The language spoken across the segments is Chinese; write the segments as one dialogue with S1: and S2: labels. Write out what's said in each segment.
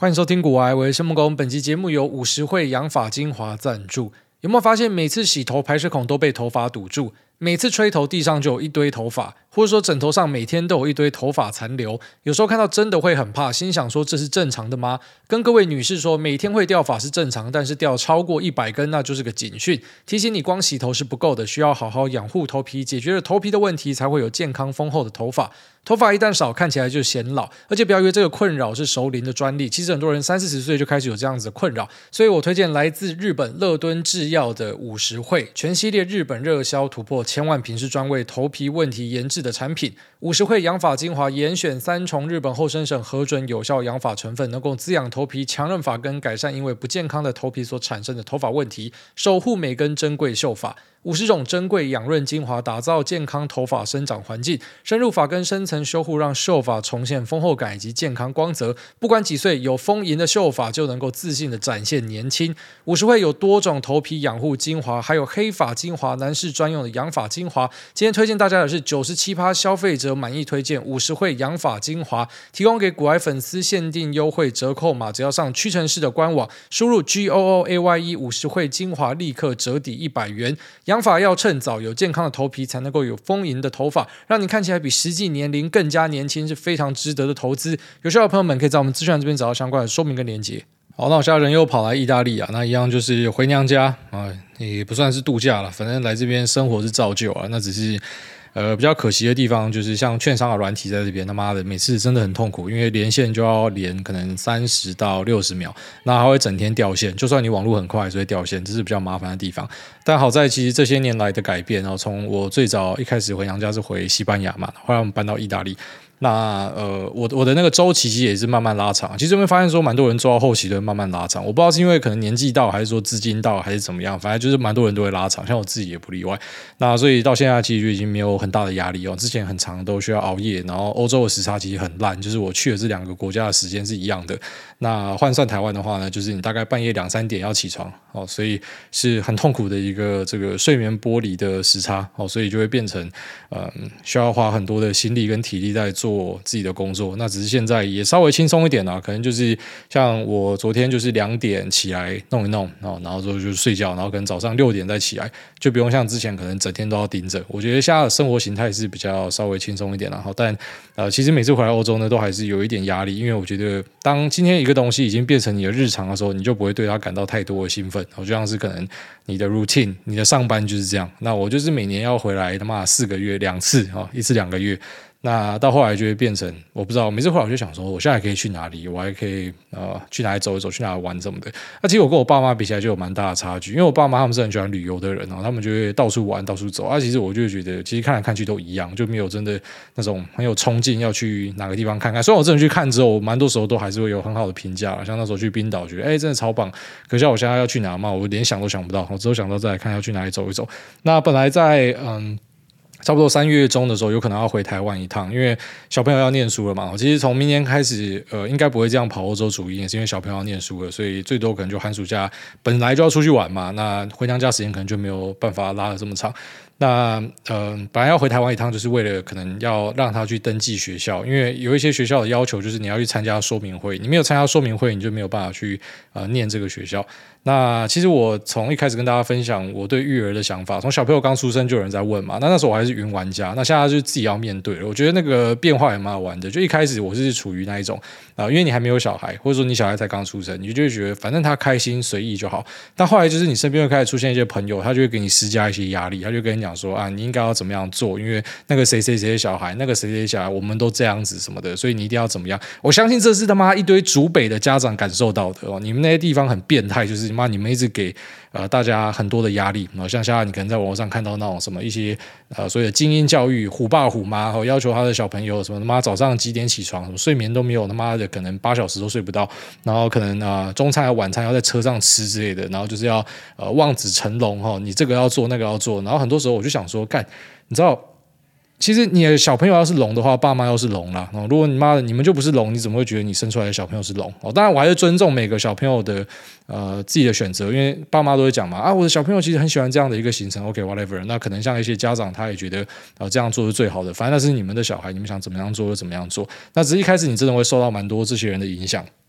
S1: 欢迎收听股癌，我是申木工。本期节目由50惠养发精华赞助。有没有发现每次洗头排水孔都被头发堵住，每次吹头地上就有一堆头发，或者说枕头上每天都有一堆头发残留，有时候看到真的会很怕，心想说这是正常的吗？跟各位女士说，每天会掉发是正常，但是掉超过100根那就是个警讯，提醒你光洗头是不够的，需要好好养护头皮，解决了头皮的问题，才会有健康丰厚的头发。头发一旦少，看起来就显老，而且不要以为这个困扰是熟龄的专利，其实很多人30-40岁就开始有这样子的困扰，所以我推荐来自日本乐敦制药的50惠全系列日本热销突破1000万瓶，是专为头皮问题研制的产品。50惠养发精华严选3重日本厚生省核准有效养发成分，能够滋养头皮、强韧发根，改善因为不健康的头皮所产生的头发问题，守护每根珍贵秀发。50种珍贵养润精华，打造健康头发生长环境，深入发根深层修护，让秀发重现丰厚感以及健康光泽。不管几岁，有丰盈的秀发就能够自信的展现年轻。50惠有多种头皮养护精华，还有黑发精华、男士专用的养发精华。今天推荐大家的是97%消费者满意推荐50惠养发精华，提供给股癌粉丝限定优惠折扣码，只要上屈臣氏的官网输入 GOOAYE 50惠精华，立刻折抵100元。养发要趁早，有健康的头皮才能够有丰盈的头发，让你看起来比实际年龄更加年轻，是非常值得的投资。有需要的朋友们可以在我们资讯栏这边找到相关的说明跟连结。好，那我现在人又跑来意大利啊，那一样就是回娘家啊，也不算是度假了，反正来这边生活是照旧啊，那只是比较可惜的地方就是像券商的软体在这边，他妈的每次真的很痛苦，因为连线就要连可能30到60秒，那还会整天掉线，就算你网络很快还是会掉线，这是比较麻烦的地方。但好在其实这些年来的改变，然后从我最早一开始回娘家是回西班牙嘛，后来我们搬到意大利。那我的那个周期其实也是慢慢拉长，其实会发现说蛮多人做到后期都会慢慢拉长，我不知道是因为可能年纪到，还是说资金到，还是怎么样，反正就是蛮多人都会拉长，像我自己也不例外。那所以到现在其实就已经没有很大的压力哦，之前很长都需要熬夜，然后欧洲的时差其实很烂，就是我去的这2个国家的时间是一样的。那换算台湾的话呢，就是你大概半夜2-3点要起床哦，所以是很痛苦的一个这个睡眠剥离的时差哦，所以就会变成需要花很多的心力跟体力在做自己的工作。那只是现在也稍微轻松一点啦，可能就是像我昨天就是2点起来弄一弄哦，然后之后就睡觉，然后可能早上6点再起来，就不用像之前可能整天都要盯着。我觉得现在的生活形态是比较稍微轻松一点啦，但其实每次回来欧洲呢，都还是有一点压力，因为我觉得当今天一个东西已经变成你的日常的时候，你就不会对它感到太多的兴奋。就像是可能你的 routine， 你的上班就是这样。那我就是每年要回来他妈4个月2次，1次2个月。那到后来就会变成，我不知道，每次回来我就想说，我现在可以去哪里？我还可以去哪里走一走，去哪里玩什么的。那其实我跟我爸妈比起来就有蛮大的差距，因为我爸妈他们是很喜欢旅游的人，他们就会到处玩到处走。其实我就觉得，其实看来看去都一样，就没有真的那种很有冲劲要去哪个地方看看。虽然我真的去看之后，蛮多时候都还是会有很好的评价，像那时候去冰岛，觉得真的超棒。可是我现在要去哪嘛，我连想都想不到，我只有想到再来看要去哪里走一走。那本来在差不多3月中的时候，有可能要回台湾一趟，因为小朋友要念书了嘛。其实从明年开始，应该不会这样跑欧洲主义，也是因为小朋友要念书了，所以最多可能就寒暑假本来就要出去玩嘛。那回娘家时间可能就没有办法拉得这么长。那本来要回台湾一趟，就是为了可能要让他去登记学校，因为有一些学校的要求就是你要去参加说明会，你没有参加说明会，你就没有办法去念这个学校。那其实我从一开始跟大家分享我对育儿的想法，从小朋友刚出生就有人在问嘛，那时候我还是云玩家，那现在就是自己要面对了。我觉得那个变化也蛮好玩的，就一开始我是处于那一种因为你还没有小孩，或者说你小孩才刚出生，你就会觉得反正他开心随意就好。但后来就是你身边会开始出现一些朋友，他就会给你施加一些压力，他就跟你讲说你应该要怎么样做，因为那个谁谁谁的小孩，那个谁谁小孩，我们都这样子什么的，所以你一定要怎么样。我相信这是他妈一堆竹北的家长感受到的哦，你们那些地方很变态，就是你们一直给大家很多的压力，像现在你可能在网络上看到那种什么一些所谓的精英教育，虎爸虎妈要求他的小朋友什么他妈早上几点起床，什么睡眠都没有，他妈的可能8小时都睡不到，然后可能中餐和晚餐要在车上吃之类的，然后就是要望子成龙你这个要做那个要做，然后很多时候我就想说干，你知道。其实你的小朋友要是龙的话，爸妈要是龙啦。如果你们就不是龙，你怎么会觉得你生出来的小朋友是龙？当然，我还是尊重每个小朋友的自己的选择，因为爸妈都会讲嘛，我的小朋友其实很喜欢这样的一个行程 ，OK whatever。那可能像一些家长他也觉得这样做是最好的，反正那是你们的小孩，你们想怎么样做就怎么样做。那只是一开始你真的会受到蛮多这些人的影响。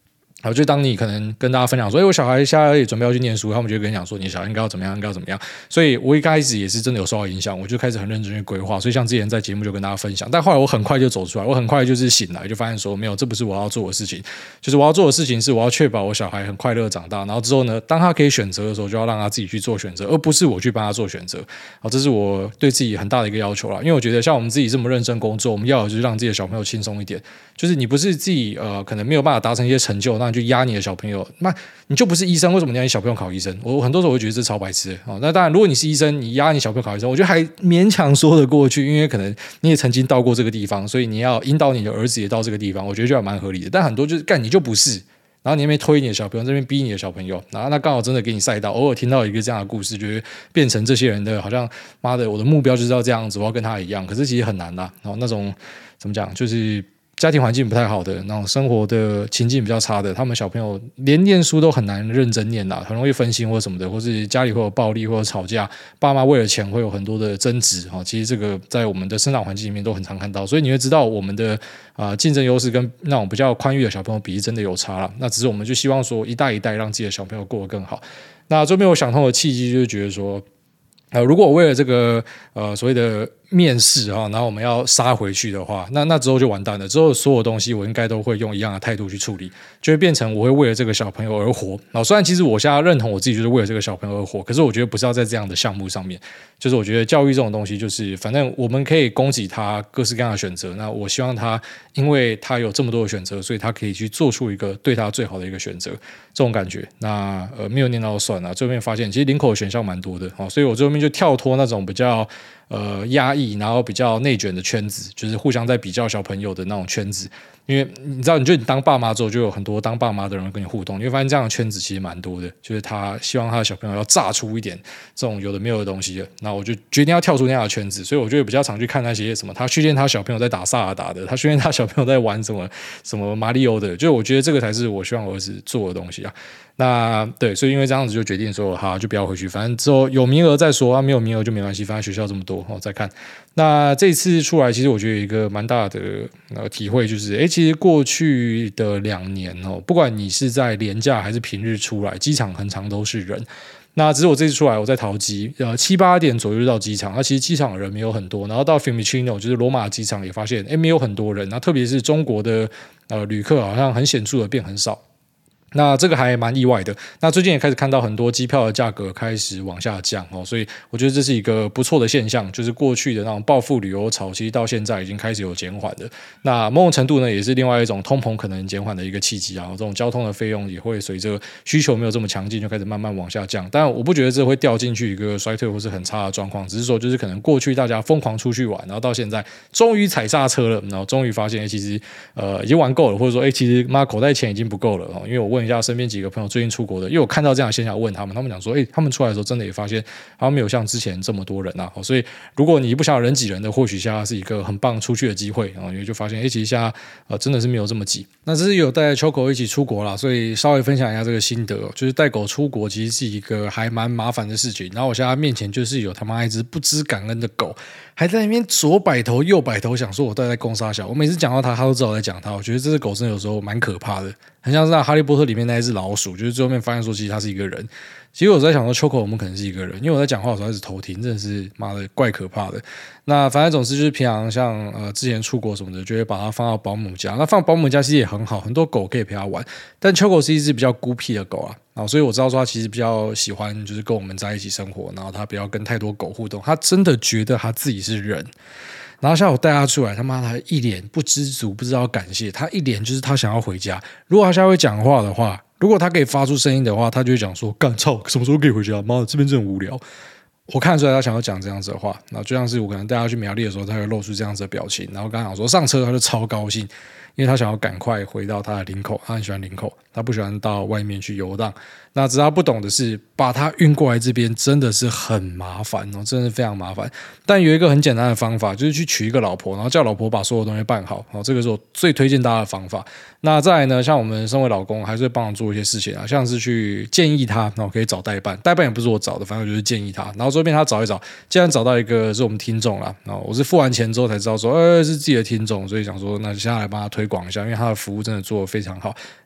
S1: 然后就当你可能跟大家分享说，我小孩现在也准备要去念书，他们就跟你讲说，你小孩应该要怎么样，应该要怎么样。所以我一开始也是真的有受到影响，我就开始很认真去规划。所以像之前在节目就跟大家分享，但后来我很快就走出来，我很快就是醒来，就发现说，没有，这不是我要做的事情。就是我要做的事情是我要确保我小孩很快乐长大，然后之后呢，当他可以选择的时候，就要让他自己去做选择，而不是我去帮他做选择。这是我对自己很大的一个要求啦。因为我觉得像我们自己这么认真工作，我们要的就是让自己的小朋友轻松一点。就是你不是自己可能没有办法达成一些成就，那你就压你的小朋友，那你就不是医生，为什么你要你小朋友考医生？我很多时候会觉得这超白痴的。那当然，如果你是医生，你压你小朋友考医生，我觉得还勉强说得过去，因为可能你也曾经到过这个地方，所以你要引导你的儿子也到这个地方，我觉得就还蛮合理的。但很多就是干你就不是。然后你那边推你的小朋友，这边逼你的小朋友，然后那刚好真的给你赛道，偶尔听到一个这样的故事，就会变成这些人的好像妈的，我的目标就是要这样子，我要跟他一样。可是其实很难啦。然后那种怎么讲，就是家庭环境不太好的，那种生活的情境比较差的，他们小朋友连念书都很难认真念啦，很容易分心或什么的，或是家里会有暴力或者吵架，爸妈为了钱会有很多的争执。其实这个在我们的生长环境里面都很常看到，所以你会知道我们的竞争优势跟那种比较宽裕的小朋友比例真的有差啦。那只是我们就希望说一代一代让自己的小朋友过得更好。那这边我想通的契机就是觉得说，如果我为了这个所谓的面试然后我们要杀回去的话，那之后就完蛋了。之后所有东西我应该都会用一样的态度去处理，就会变成我会为了这个小朋友而活。虽然其实我现在认同我自己就是为了这个小朋友而活，可是我觉得不是要在这样的项目上面。就是我觉得教育这种东西，就是反正我们可以供给他各式各样的选择。那我希望他，因为他有这么多的选择，所以他可以去做出一个对他最好的一个选择。这种感觉，那没有念到算了。最后面发现其实林口的选项蛮多的，所以我最后面就跳脱那种比较压抑，然后比较内卷的圈子，就是互相在比较小朋友的那种圈子。因为你知道，你当爸妈之后，就有很多当爸妈的人跟你互动，你会发现这样的圈子其实蛮多的，就是他希望他的小朋友要炸出一点这种有的没有的东西的。那我就决定要跳出那样的圈子，所以我就比较常去看那些什么他训练他小朋友在打萨尔达的，他训练他小朋友在玩什么马里奥的，就我觉得这个才是我希望我儿子做的东西啊。那对，所以因为这样子就决定说，好，就不要回去，反正之后有名额再说，没有名额就没关系，反正学校这么多，再看。那这次出来，其实我觉得有一个蛮大的体会，就是其实过去的2年不管你是在连假还是平日出来，机场很常都是人。那只是我这次出来，我在桃机7、8点左右就到机场，那其实机场的人没有很多，然后到 Fiumicino 就是罗马机场也发现没有很多人，那特别是中国的旅客好像很显著的变很少。那这个还蛮意外的。那最近也开始看到很多机票的价格开始往下降所以我觉得这是一个不错的现象，就是过去的那种报复旅游潮，其实到现在已经开始有减缓的。那某种程度呢，也是另外一种通膨可能减缓的一个契机啊。这种交通的费用也会随着需求没有这么强劲，就开始慢慢往下降。但我不觉得这会掉进去一个衰退或是很差的状况，只是说就是可能过去大家疯狂出去玩，然后到现在终于踩刹车了，然后终于发现其实已经玩够了，或者说其实口袋钱已经不够了因为我问一下身边几个朋友最近出国的，因为我看到这样的现象，问他们讲说他们出来的时候真的也发现好像没有像之前这么多人所以如果你不想人挤人的，或许现在是一个很棒出去的机会因为就发现其实现在真的是没有这么挤。那这是有带Choco一起出国啦，所以稍微分享一下这个心得就是带狗出国其实是一个还蛮麻烦的事情。然后我现在面前就是有他妈一只不知感恩的狗，还在那边左摆头右摆头，想说我到底在攻杀小。我每次讲到它都知道我在讲它。我觉得这只狗真的有时候蛮可怕的，很像是在哈利波特里面那一只老鼠，就是最后面发现说其实它是一个人。其实我在想说Choco我们可能是一个人，因为我在讲话的时候一直偷听，真的是妈的怪可怕的。那反正总之就是平常像之前出国什么的，就会把它放到保姆家。那放保姆家其实也很好，很多狗可以陪它玩。但Choco是一只比较孤僻的狗所以我知道说它其实比较喜欢就是跟我们在一起生活，然后它不要跟太多狗互动，它真的觉得它自己是人。然后下午带他出来，他妈他一脸不知足，不知道感谢，他一脸就是他想要回家。如果他现在会讲话的话，如果他可以发出声音的话，他就会讲说干操，什么时候可以回家？妈的，这边真的很无聊。我看出来他想要讲这样子的话，然后就像是我可能带他去苗栗的时候，他会露出这样子的表情，然后刚讲说上车他就超高兴，因为他想要赶快回到他的林口，他很喜欢林口，他不喜欢到外面去游荡。那只是他不懂的是，把他运过来这边真的是很麻烦真的是非常麻烦。但有一个很简单的方法，就是去娶一个老婆，然后叫老婆把所有东西办好这个是我最推荐大家的方法。那再来呢，像我们身为老公，还是会帮我做一些事情像是去建议他，然后可以找代办，代办也不是我找的，反正就是建议他。然后这边他找一找，既然找到一个是我们听众啦，然后我是付完钱之后才知道说，是自己的听众，所以想说那接下来帮他推广一下，因为他的服务真的做得非常好。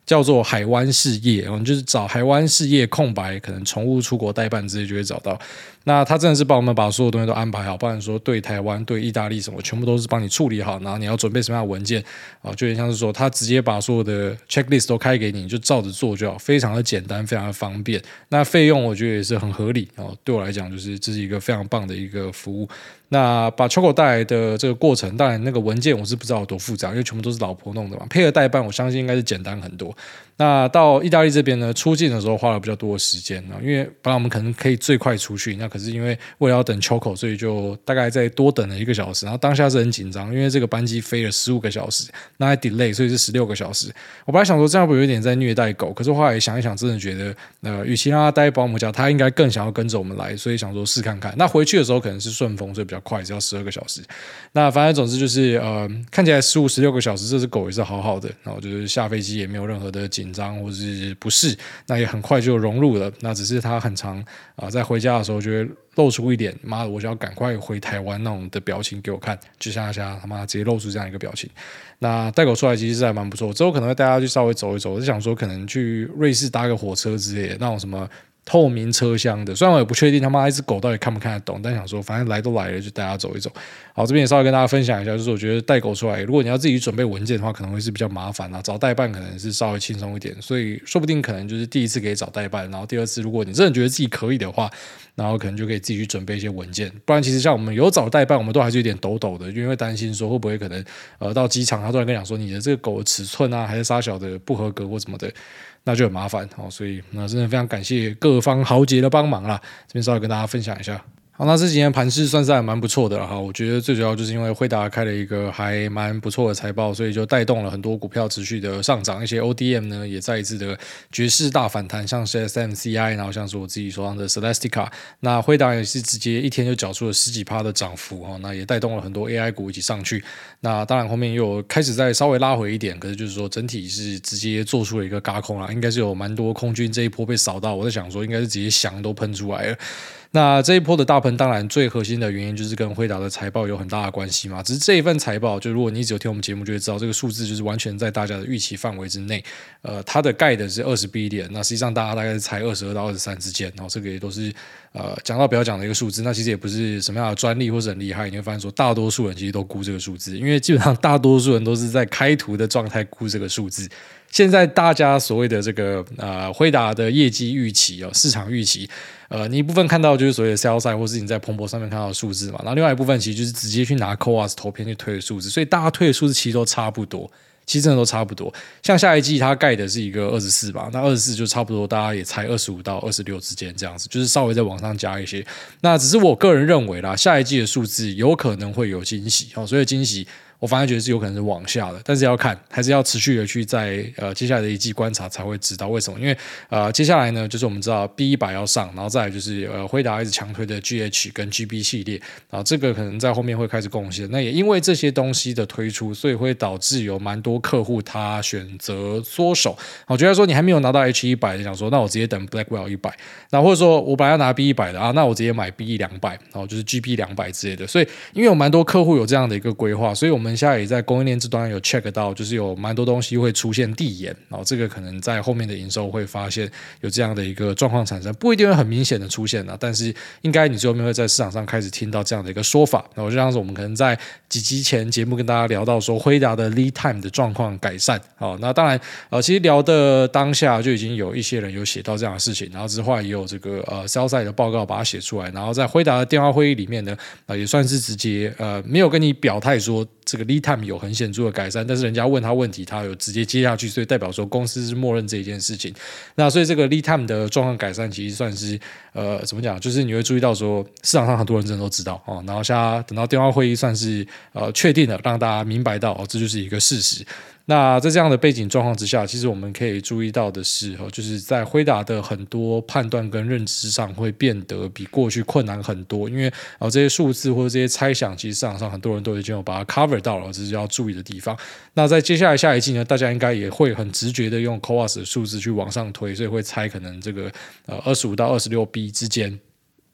S1: 叫做海湾事业，就是找海湾事业空白，可能宠物出国代办之类就会找到。那他真的是帮我们把所有东西都安排好，不然说对台湾、对意大利什么，全部都是帮你处理好，然后你要准备什么样的文件就有点像是说他直接把所有的 checklist 都开给你，就照着做就好，非常的简单，非常的方便。那费用我觉得也是很合理对我来讲就是这是一个非常棒的一个服务。那把 Choco 带来的这个过程，当然那个文件我是不知道有多复杂，因为全部都是老婆弄的嘛。配合代办，我相信应该是简单很多。那到意大利这边呢，出境的时候花了比较多的时间因为本来我们可能可以最快出去，那可是因为为了要等 Choco， 所以就大概再多等了1个小时。然后当下是很紧张，因为这个班机飞了15个小时，那还 delay， 所以是16个小时。我本来想说这样会有点在虐待狗，可是后来想一想，真的觉得与其让他待保姆家，他应该更想要跟着我们来，所以想说试看看。那回去的时候可能是顺风，所以比较快，只要12个小时。那反正总之就是看起来15、16个小时，这只狗也是好好的，然后就是下飞机也没有任何的紧张或是不适，那也很快就融入了。那只是它很常在回家的时候就会露出一点妈的我想要赶快回台湾那种的表情给我看，就像他妈直接露出这样一个表情。那带狗出来其实是还蛮不错，之后可能会带它去稍微走一走，我就想说可能去瑞士搭个火车之类的那种什么透明车厢的，虽然我也不确定他妈一只狗到底看不看得懂，但想说反正来都来了，就带它走一走。好，这边也稍微跟大家分享一下，就是我觉得带狗出来，如果你要自己准备文件的话，可能会是比较麻烦找代办可能是稍微轻松一点，所以说不定可能就是第一次可以找代办，然后第二次如果你真的觉得自己可以的话，然后可能就可以自己去准备一些文件。不然其实像我们有找代办，我们都还是有点抖抖的，因为担心说会不会可能到机场他突然跟你讲说你的这个狗的尺寸还是大小的不合格或什么的，那就很麻烦所以真的非常感谢各方豪杰的帮忙啦，这边稍微跟大家分享一下。好，那这几天盘势算是还蛮不错的哈，我觉得最主要就是因为辉达开了一个还蛮不错的财报，所以就带动了很多股票持续的上涨，一些 ODM 呢也再一次的绝世大反弹，像是 SMCI， 然后像是我自己手上的 Celestica， 那辉达也是直接一天就缴出了10几%的涨幅那也带动了很多 AI 股一起上去。那当然后面又开始再稍微拉回一点，可是就是说整体是直接做出了一个轧空啦，应该是有蛮多空军这一波被扫到，我在想说应该是直接翔都喷出来了。那这一波的大喷，当然最核心的原因就是跟辉达的财报有很大的关系嘛。只是这一份财报，就如果你只有听我们节目，就会知道这个数字就是完全在大家的预期范围之内。它的盖的是20 billion，那实际上大家大概是猜22到23之间，然后这个也都是讲到不要讲的一个数字。那其实也不是什么样的专利或是很厉害，你会发现说大多数人其实都估这个数字，因为基本上大多数人都是在开图的状态估这个数字。现在大家所谓的这个辉达的业绩预期市场预期，你一部分看到就是所谓的 sell side 或是你在彭博上面看到的数字嘛，然后另外一部分其实就是直接去拿 CoWoS 投片去推的数字，所以大家推的数字其实都差不多。其实真的都差不多，像下一季它盖的是一个24吧，那24就差不多，大家也猜25到26之间这样子，就是稍微再往上加一些。那只是我个人认为啦，下一季的数字有可能会有惊喜所以惊喜我反而觉得是有可能是往下的，但是要看，还是要持续的去在接下来的一季观察才会知道为什么。因为接下来呢，就是我们知道 B100 要上，然后再来就是辉达一直强推的 GH 跟 GB 系列这个可能在后面会开始贡献。那也因为这些东西的推出，所以会导致有蛮多客户他选择缩手。我觉得说你还没有拿到 H100，就想说那我直接等 Blackwell 100，那或者说我本来要拿 B100 的那我直接买 B200，然后就是 GB 200之类的。所以因为有蛮多客户有这样的一个规划，所以我们现在也在供应链这端有 check 到，就是有蛮多东西会出现递延，然后这个可能在后面的营收会发现有这样的一个状况产生，不一定会很明显的出现但是应该你最后面会在市场上开始听到这样的一个说法。然后就像是我们可能在几集前节目跟大家聊到说辉达的 lead time 的状况改善那当然其实聊的当下就已经有一些人有写到这样的事情，然后之后也有这个sell side 的报告把它写出来，然后在辉达的电话会议里面呢也算是直接没有跟你表态说这个 lead time 有很显著的改善，但是人家问他问题，他有直接接下去，所以代表说公司是默认这一件事情。那所以这个 lead time 的状况改善，其实算是怎么讲？就是你会注意到说市场上很多人真的都知道然后现在等到电话会议算是确定了，让大家明白到这就是一个事实。那在这样的背景状况之下，其实我们可以注意到的是就是在辉达的很多判断跟认知上会变得比过去困难很多，因为这些数字或者这些猜想，其实市场上很多人都已经有把它 cover 到了，这是要注意的地方。那在接下来下一季呢，大家应该也会很直觉的用 CoWoS 的数字去往上推，所以会猜可能这个25到26B 之间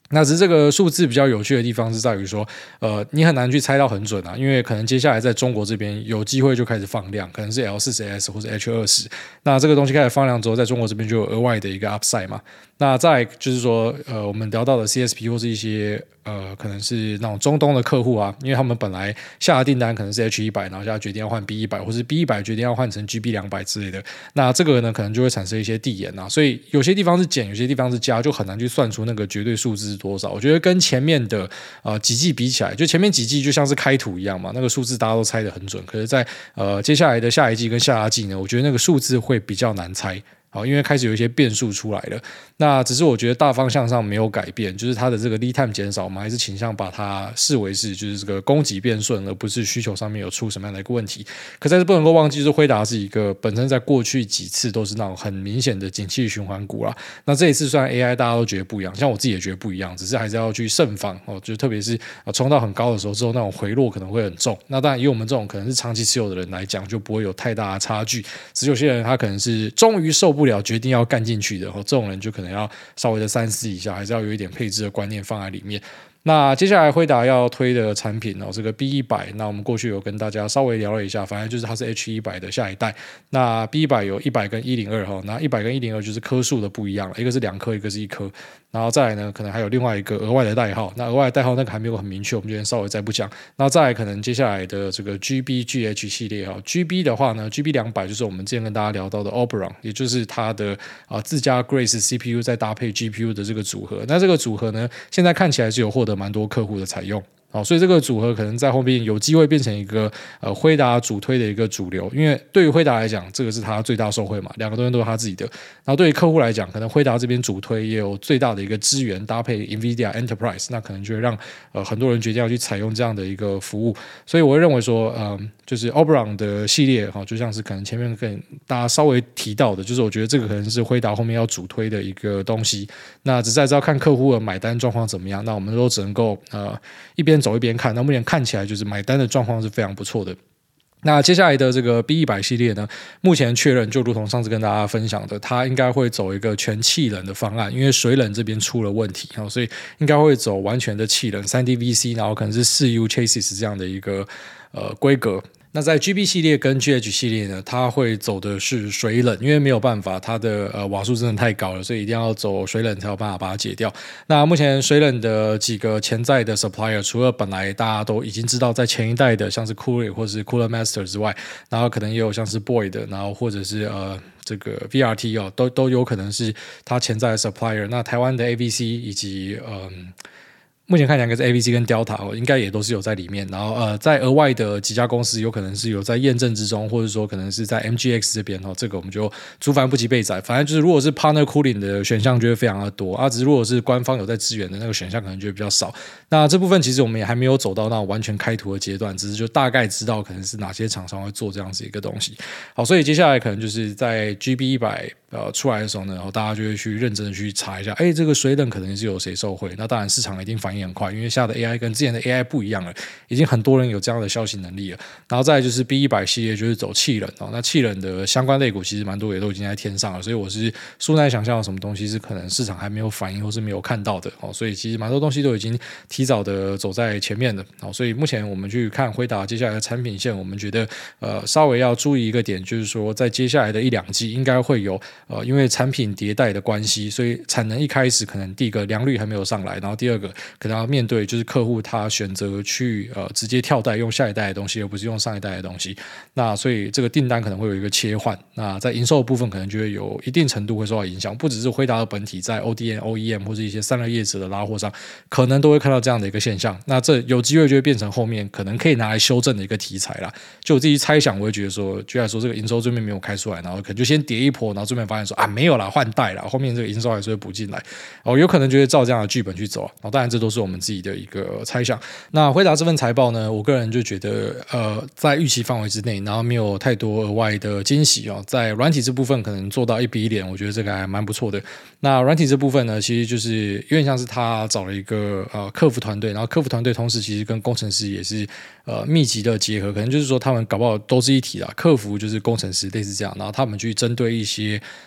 S1: 那只是这个数字比较有趣的地方是在于说，你很难去猜到很准啊，因为可能接下来在中国这边有机会就开始放量，可能是 L40S 或者 H20，那这个东西开始放量之后，在中国这边就有额外的一个 upside 嘛。那再来就是说，我们聊到的 CSP 或是一些可能是那种中东的客户啊，因为他们本来下的订单可能是 H100，然后现在决定要换 B100，或是 B100决定要换成 GB200之类的，那这个呢可能就会产生一些递延啊，所以有些地方是减，有些地方是加，就很难去算出那个绝对数字是多少。我觉得跟前面的几季比起来，就前面几季就像是开图一样嘛，那个数字大家都猜得很准，可是在接下来的下一季跟下季呢，我觉得那个数字会比较难猜。好，因为开始有一些变数出来了，那只是我觉得大方向上没有改变，就是它的这个 lead time 减少，我们还是倾向把它视为是就是这个供给变顺，而不是需求上面有出什么样的一个问题。可是不能够忘记，就是辉达是一个本身在过去几次都是那种很明显的景气循环股啦。那这一次虽然 AI 大家都觉得不一样，像我自己也觉得不一样，只是还是要去慎防哦，就是特别是冲到很高的时候之后，那种回落可能会很重。那当然以我们这种可能是长期持有的人来讲，就不会有太大的差距。只有些人他可能是终于受不了，决定要干进去的，这种人就可能要稍微的三思一下，还是要有一点配置的观念放在里面。那接下来辉达要推的产品这个 B100，那我们过去有跟大家稍微聊了一下，反正就是它是 H100的下一代。那 B100有100跟102那100跟102就是颗数的不一样了，一个是2颗，一个是1颗。然后再来呢，可能还有另外一个额外的代号，那额外的代号那个还没有很明确，我们这边稍微再不讲。然后再来可能接下来的这个 GB、GH 系列GB 的话呢 ，GB200就是我们之前跟大家聊到的 Oberon， 也就是它的自家 Grace CPU 再搭配 GPU 的这个组合。那这个组合呢，现在看起来是有获得蛮多客户的采用。所以这个组合可能在后面有机会变成一个辉达主推的一个主流，因为对于辉达来讲，这个是他最大受惠嘛，两个东西都是他自己的。然后对于客户来讲，可能辉达这边主推也有最大的一个资源搭配 NVIDIA Enterprise， 那可能就会让很多人决定要去采用这样的一个服务。所以我会认为说，就是 Oberon 的系列就像是可能前面跟大家稍微提到的，就是我觉得这个可能是辉达后面要主推的一个东西。那只是要看客户的买单状况怎么样，那我们都只能够一边走一边看。那目前看起来就是买单的状况是非常不错的。那接下来的这个 B100 系列呢，目前确认就如同上次跟大家分享的，它应该会走一个全气冷的方案，因为水冷这边出了问题，所以应该会走完全的气冷 3D-VC， 然后可能是 4U chassis 这样的一个规格。那在 GB 系列跟 GH 系列呢，它会走的是水冷，因为没有办法，它的瓦数真的太高了，所以一定要走水冷才有办法把它解掉。那目前水冷的几个潜在的 supplier， 除了本来大家都已经知道在前一代的像是 Cooler 或是 Cooler Master 之外，然后可能也有像是 Boyd， 然后或者是这个 VRT 都有可能是它潜在的 supplier。那台湾的 AVC 以及目前看起来应该是 AVC 跟 Delta 应该也都是有在里面，然后在额外的几家公司有可能是有在验证之中，或者说可能是在 MGX 这边这个我们就诸凡不及备载。反正就是如果是 Partner Cooling 的选项就会非常的多只是如果是官方有在支援的那个选项可能就会比较少。那这部分其实我们也还没有走到那种完全开图的阶段，只是就大概知道可能是哪些厂商会做这样子一个东西。好，所以接下来可能就是在 GB100出来的时候呢，然后大家就会去认真的去查一下，这个水冷可能是有谁受惠。那当然市场一定反应很快，因为下的 AI 跟之前的 AI 不一样了，已经很多人有这样的消息能力了。然后再来就是 B100 系列就是走气冷那气冷的相关类股其实蛮多也都已经在天上了，所以我是苏奈想象有什么东西是可能市场还没有反应或是没有看到的所以其实蛮多东西都已经提早的走在前面的所以目前我们去看辉达接下来的产品线，我们觉得稍微要注意一个点，就是说在接下来的1-2季应该会有因为产品迭代的关系，所以产能一开始可能第一个良率还没有上来，然后第二个可能要面对就是客户他选择去直接跳代用下一代的东西，而不是用上一代的东西。那所以这个订单可能会有一个切换，那在营收的部分可能就会有一定程度会受到影响，不只是辉达的本体，在 ODM、OEM 或者一些散热业者的拉货上，可能都会看到这样的一个现象。那这有机会就会变成后面可能可以拿来修正的一个题材啦。就我自己猜想，我会觉得说，居然说这个营收这边没有开出来，然后可能就先跌一波，然后这边发现说没有啦，换代啦，后面这个营收还是会补进来有可能就会照这样的剧本去走当然这都是我们自己的一个猜想。那辉达这份财报呢，我个人就觉得在预期范围之内，然后没有太多额外的惊喜在软体这部分可能做到1比1点，我觉得这个还蛮不错的。那软体这部分呢，其实就是有点像是他找了一个客服团队，然后客服团队同时其实跟工程师也是密集的结合，可能就是说他们搞不好都是一体啦，客服就是工程师类似这样，然后他们去针对一些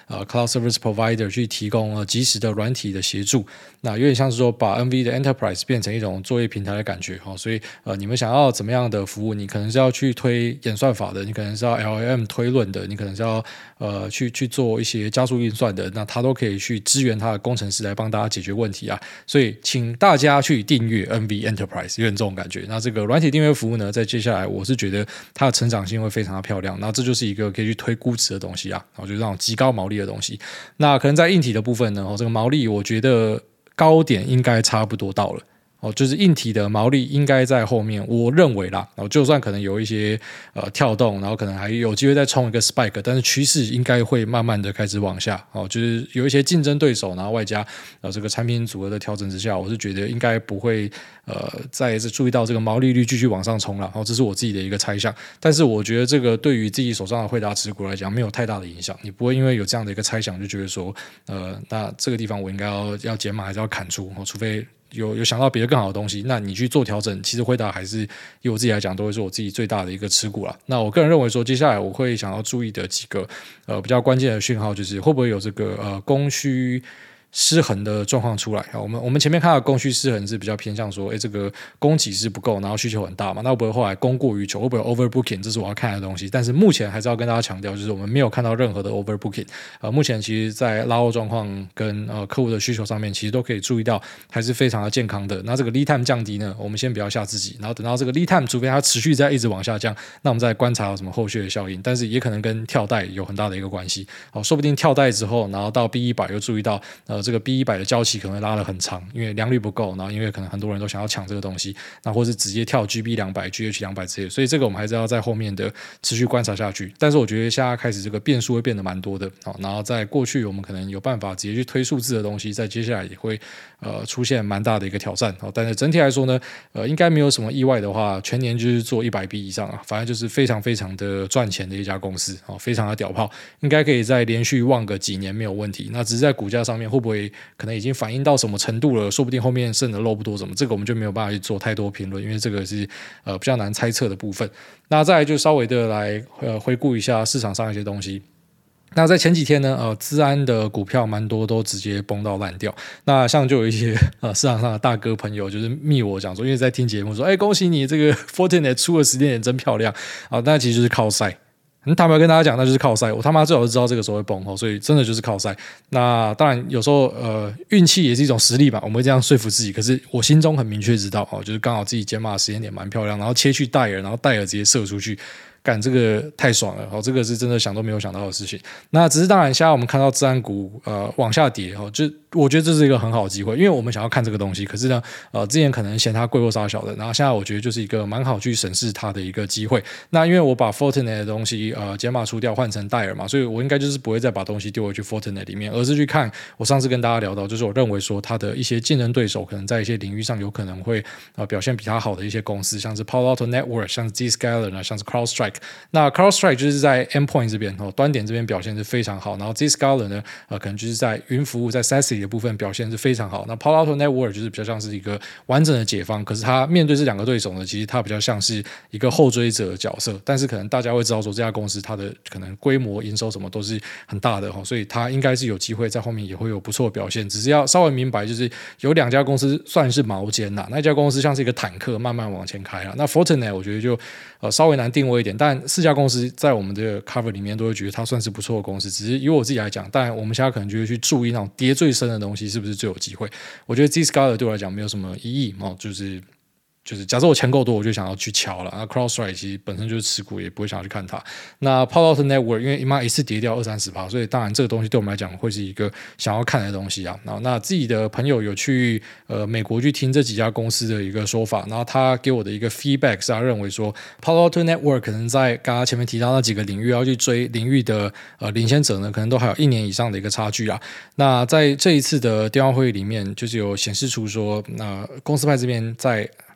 S1: Cloud Service Provider 去提供即时的软体的协助。那有点像是说把 NV 的 Enterprise 变成一种作业平台的感觉。所以你们想要怎么样的服务，你可能是要去推演算法的，你可能是要 LLM 推论的，你可能是要去做一些加速运算的，那它都可以去支援它的工程师来帮大家解决问题啊。所以请大家去订阅 NV Enterprise， 有点这种感觉。那这个软体订阅服务呢，在接下来我是觉得它的成长性会非常的漂亮，那这就是一个可以去推估值的东西啊，然后就是那种极高毛利的东西。那可能在硬体的部分呢，这个毛利我觉得高点应该差不多到了。就是硬体的毛利应该在后面，我认为啦，就算可能有一些跳动，然后可能还有机会再冲一个 spike， 但是趋势应该会慢慢的开始往下。就是有一些竞争对手，然后外加这个产品组合的调整之下，我是觉得应该不会再一次注意到这个毛利率继续往上冲了。这是我自己的一个猜想，但是我觉得这个对于自己手上的惠达持股来讲没有太大的影响，你不会因为有这样的一个猜想就觉得说那这个地方我应该要减码还是要砍出，除非有想到别的更好的东西，那你去做调整，其实辉达还是以我自己来讲都会是我自己最大的一个持股啦。那我个人认为说，接下来我会想要注意的几个比较关键的讯号，就是会不会有这个供需失衡的状况出来。我们前面看到的供需失衡是比较偏向说，这个供给是不够，然后需求很大嘛，那会不会后来供过于求，会不会有 overbooking， 这是我要看的东西。但是目前还是要跟大家强调，就是我们没有看到任何的 overbooking。目前其实在拉货状况跟客户的需求上面，其实都可以注意到还是非常的健康的。那这个 lead time 降低呢，我们先不要吓自己，然后等到这个 lead time 除非它持续在一直往下降，那我们再观察有什么后续的效应。但是也可能跟跳贷有很大的一个关系。说不定跳贷之后，然后到 B100 又注意到这个 B100 的交期可能会拉得很长，因为良率不够，然后因为可能很多人都想要抢这个东西，那或是直接跳 GB200、GH200 之类的，所以这个我们还是要在后面的持续观察下去。但是我觉得现在开始这个变数会变得蛮多的，然后在过去我们可能有办法直接去推数字的东西，在接下来也会出现蛮大的一个挑战。但是整体来说呢，应该没有什么意外的话，全年就是做100币以上啊，反正就是非常非常的赚钱的一家公司，非常的屌炮，应该可以再连续旺个几年没有问题。那只是在股价上面会不会可能已经反映到什么程度了，说不定后面剩的肉不多什么，这个我们就没有办法去做太多评论，因为这个是比较难猜测的部分。那再来就稍微的来回顾一下市场上一些东西。那在前几天呢，资安的股票蛮多都直接崩到烂掉。那像就有一些市场上的大哥朋友就是密我讲说，因为在听节目说，恭喜你这个 Fortinet 出的时间点真漂亮啊，那其实就是靠赛。坦白跟大家讲，那就是靠赛。我他妈最好是知道这个时候会崩，所以真的就是靠赛。那当然有时候运气也是一种实力吧，我们会这样说服自己。可是我心中很明确知道，就是刚好自己减码的时间点蛮漂亮，然后切去戴尔，然后戴尔直接射出去。干这个太爽了，这个是真的想都没有想到的事情。那只是当然现在我们看到资安股往下跌，就我觉得这是一个很好的机会，因为我们想要看这个东西，可是呢之前可能嫌它贵或杀小的，然后现在我觉得就是一个蛮好去审视它的一个机会。那因为我把 Fortinet 的东西减码出掉换成戴尔嘛，所以我应该就是不会再把东西丢回去 Fortinet 里面，而是去看我上次跟大家聊到，就是我认为说它的一些竞争对手可能在一些领域上有可能会表现比它好的一些公司，像是 Palo Alto Network， 像是 Zscaler， 像是 CrowdStrike。那 CrowdStrike 就是在 Endpoint 这边端点这边表现是非常好，然后 Zscaler 呢可能就是在云服务在 SASE 的部分表现是非常好。那 Palo Alto Network 就是比较像是一个完整的解方，可是它面对这两个对手呢，其实它比较像是一个后追者的角色，但是可能大家会知道说这家公司它的可能规模营收什么都是很大的，所以它应该是有机会在后面也会有不错的表现，只是要稍微明白就是有两家公司算是毛尖啦，那一家公司像是一个坦克慢慢往前开啦，那 Fortinet 我觉得就稍微难定位一点，但四家公司在我们的 cover 里面都会觉得它算是不错的公司，只是以我自己来讲，当然我们现在可能就会去注意那种跌最深的东西是不是最有机会。我觉得 Zscaler 对我来讲没有什么意义，就是假设我钱够多，我就想要去敲了。那 CrowdStrike 其实本身就是持股，也不会想要去看它。那 Palo Alto Network 因为一次跌掉20-30%，所以当然这个东西对我们来讲会是一个想要看的东西啊。那自己的朋友有去美国去听这几家公司的一个说法，然后他给我的一个 feedback 是他认为说 Palo Alto Network 可能在刚刚前面提到那几个领域要去追领域的领先者呢，可能都还有1年以上的一个差距啊。那在这一次的电话会议里面，就是有显示出说，那公司派这边在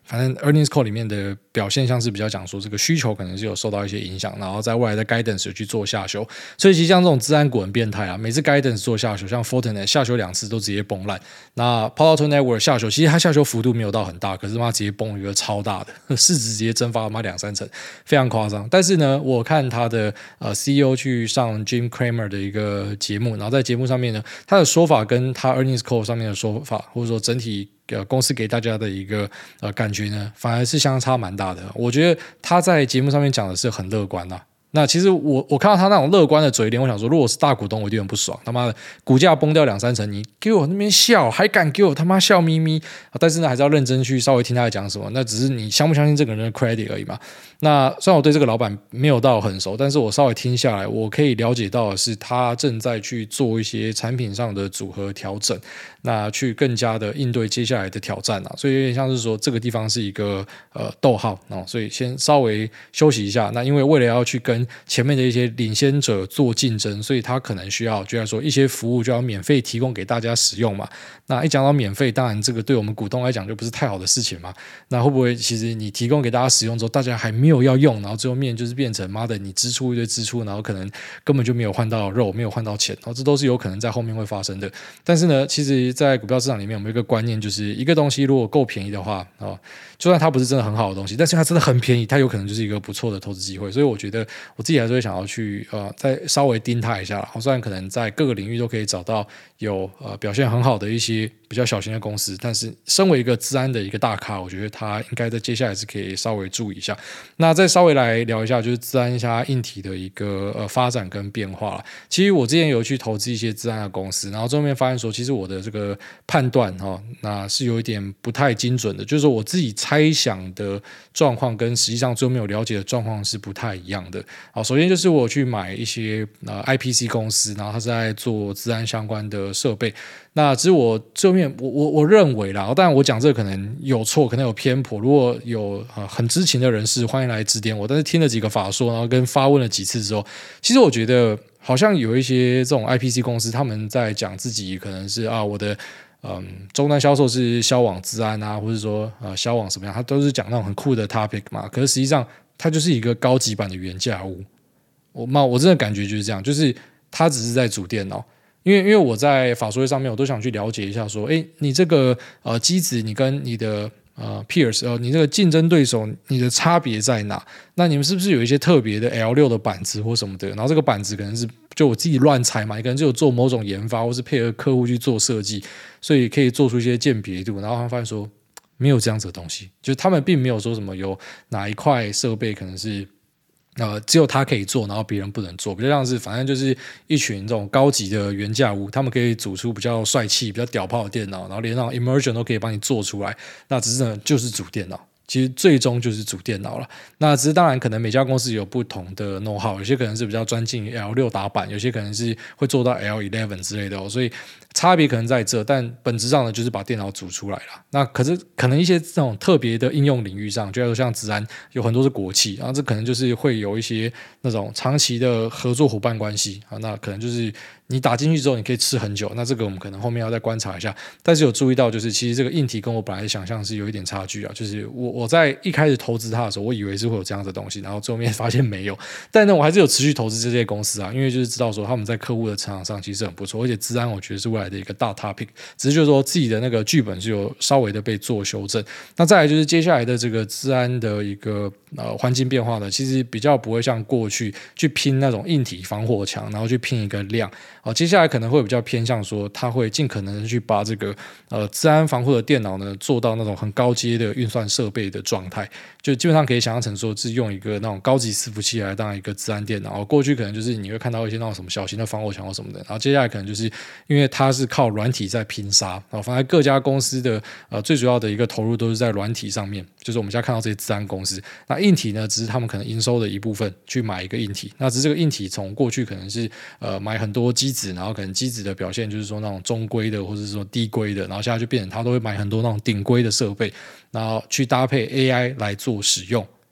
S1: 反正 earnings call 里面的表现像是比较讲说这个需求可能是有受到一些影响，然后在未来的 guidance 有去做下修，所以其实像这种资安股很变态啊，每次 guidance 做下修，像 Fortinet 下修2次都直接崩烂，那 Palo Alto Network 下修，其实它下修幅度没有到很大，可是它直接崩一个超大的，市值直接蒸发2-3成，非常夸张。但是呢，我看他的CEO 去上 Jim Cramer 的一个节目，然后在节目上面呢，他的说法跟他 earnings call 上面的说法，或者说整体公司给大家的一个感觉呢，反而是相差蛮大的。我觉得他在节目上面讲的是很乐观啦。那其实我看到他那种乐观的嘴脸，我想说，如果是大股东，我一定很不爽。他妈的，股价崩掉2-3成，你给我那边笑，还敢给我他妈笑眯眯？但是呢，还是要认真去稍微听他在讲什么。那只是你相不相信这个人的 credit 而已嘛。那虽然我对这个老板没有到很熟，但是我稍微听下来，我可以了解到的是，他正在去做一些产品上的组合调整，那去更加的应对接下来的挑战啊。所以有点像是说，这个地方是一个逗号哦，所以先稍微休息一下。那因为为了要去跟前面的一些领先者做竞争，所以他可能需要就要说一些服务就要免费提供给大家使用嘛。那一讲到免费，当然这个对我们股东来讲就不是太好的事情嘛。那会不会其实你提供给大家使用之后，大家还没有要用，然后最后面就是变成妈的你支出一堆支出，然后可能根本就没有换到肉，没有换到钱，然后这都是有可能在后面会发生的。但是呢，其实在股票市场里面，我们有一个观念，就是一个东西如果够便宜的话就算它不是真的很好的东西，但是它真的很便宜，它有可能就是一个不错的投资机会。所以我觉得我自己还是会想要去再稍微盯它一下啦。虽然可能在各个领域都可以找到有表现很好的一些比较小型的公司，但是身为一个资安的一个大咖，我觉得它应该在接下来是可以稍微注意一下。那再稍微来聊一下，就是资安一下硬体的一个发展跟变化啦。其实我之前有去投资一些资安的公司，然后最后面发现说，其实我的这个判断那是有一点不太精准的，就是说我自己猜想的状况跟实际上最后面有了解的状况是不太一样的。好，首先就是我去买一些IPC 公司，然后他是在做资安相关的设备。那只是我最后面我认为啦，当然我讲这个可能有错，可能有偏颇。如果有很知情的人士，欢迎来指点我。但是听了几个法说，然后跟发问了几次之后，其实我觉得好像有一些这种 IPC 公司，他们在讲自己可能是我的终端销售是销往资安啊，或者说销往什么样，他都是讲那种很酷的 topic 嘛。可是实际上它就是一个高级版的原价屋。我真的感觉就是这样，就是他只是在组电脑。因为我在法说会上面，我都想去了解一下，说，你这个机子，你跟你的peers，你这个竞争对手，你的差别在哪？那你们是不是有一些特别的 L6 的板子或什么的？然后这个板子可能是就我自己乱猜嘛，可能就有做某种研发，或是配合客户去做设计，所以可以做出一些鉴别度。然后他发现说没有这样子的东西，就是他们并没有说什么有哪一块设备可能是。只有他可以做，然后别人不能做，比较像是反正就是一群这种高级的原价屋，他们可以组出比较帅气、比较屌炮的电脑，然后连那种 immersion 都可以帮你做出来。那只是呢，就是组电脑。其实最终就是组电脑了。那只是当然，可能每家公司有不同的 know how， 有些可能是比较专进 L6 打板，有些可能是会做到 L11 之类的所以差别可能在这，但本质上呢，就是把电脑组出来了。那可是可能一些这种特别的应用领域上，就像资安，有很多是国企，然后这可能就是会有一些那种长期的合作伙伴关系那可能就是你打进去之后，你可以吃很久。那这个我们可能后面要再观察一下。但是有注意到，就是其实这个硬体跟我本来想象是有一点差距啊。就是我在一开始投资它的时候，我以为是会有这样的东西，然后最后面发现没有。但呢，我还是有持续投资这些公司因为就是知道说他们在客户的成长上其实很不错，而且资安我觉得是未来的一个大 topic。只是就是说自己的那个剧本是有稍微的被做修正。那再来就是接下来的这个资安的一个环境变化呢，其实比较不会像过去去拼那种硬体防火墙，然后去拼一个量。接下来可能会比较偏向说，它会尽可能的去把这个资安防护的电脑呢做到那种很高阶的运算设备的状态，就基本上可以想象成说是用一个那种高级伺服器来当一个资安电脑。过去可能就是你会看到一些那种什么小型的防火墙或什么的，然后接下来可能就是因为它是靠软体在拼杀，反正各家公司的最主要的一个投入都是在软体上面，就是我们现在看到这些资安公司。那硬体呢，只是他们可能营收的一部分去买一个硬体，那只是这个硬体从过去可能是买很多机子，然后可能机子的表现就是说那种中规的或者是说低规的，然后现在就变成他都会买很多那种顶规的设备，然后去搭配 AI 来做使用。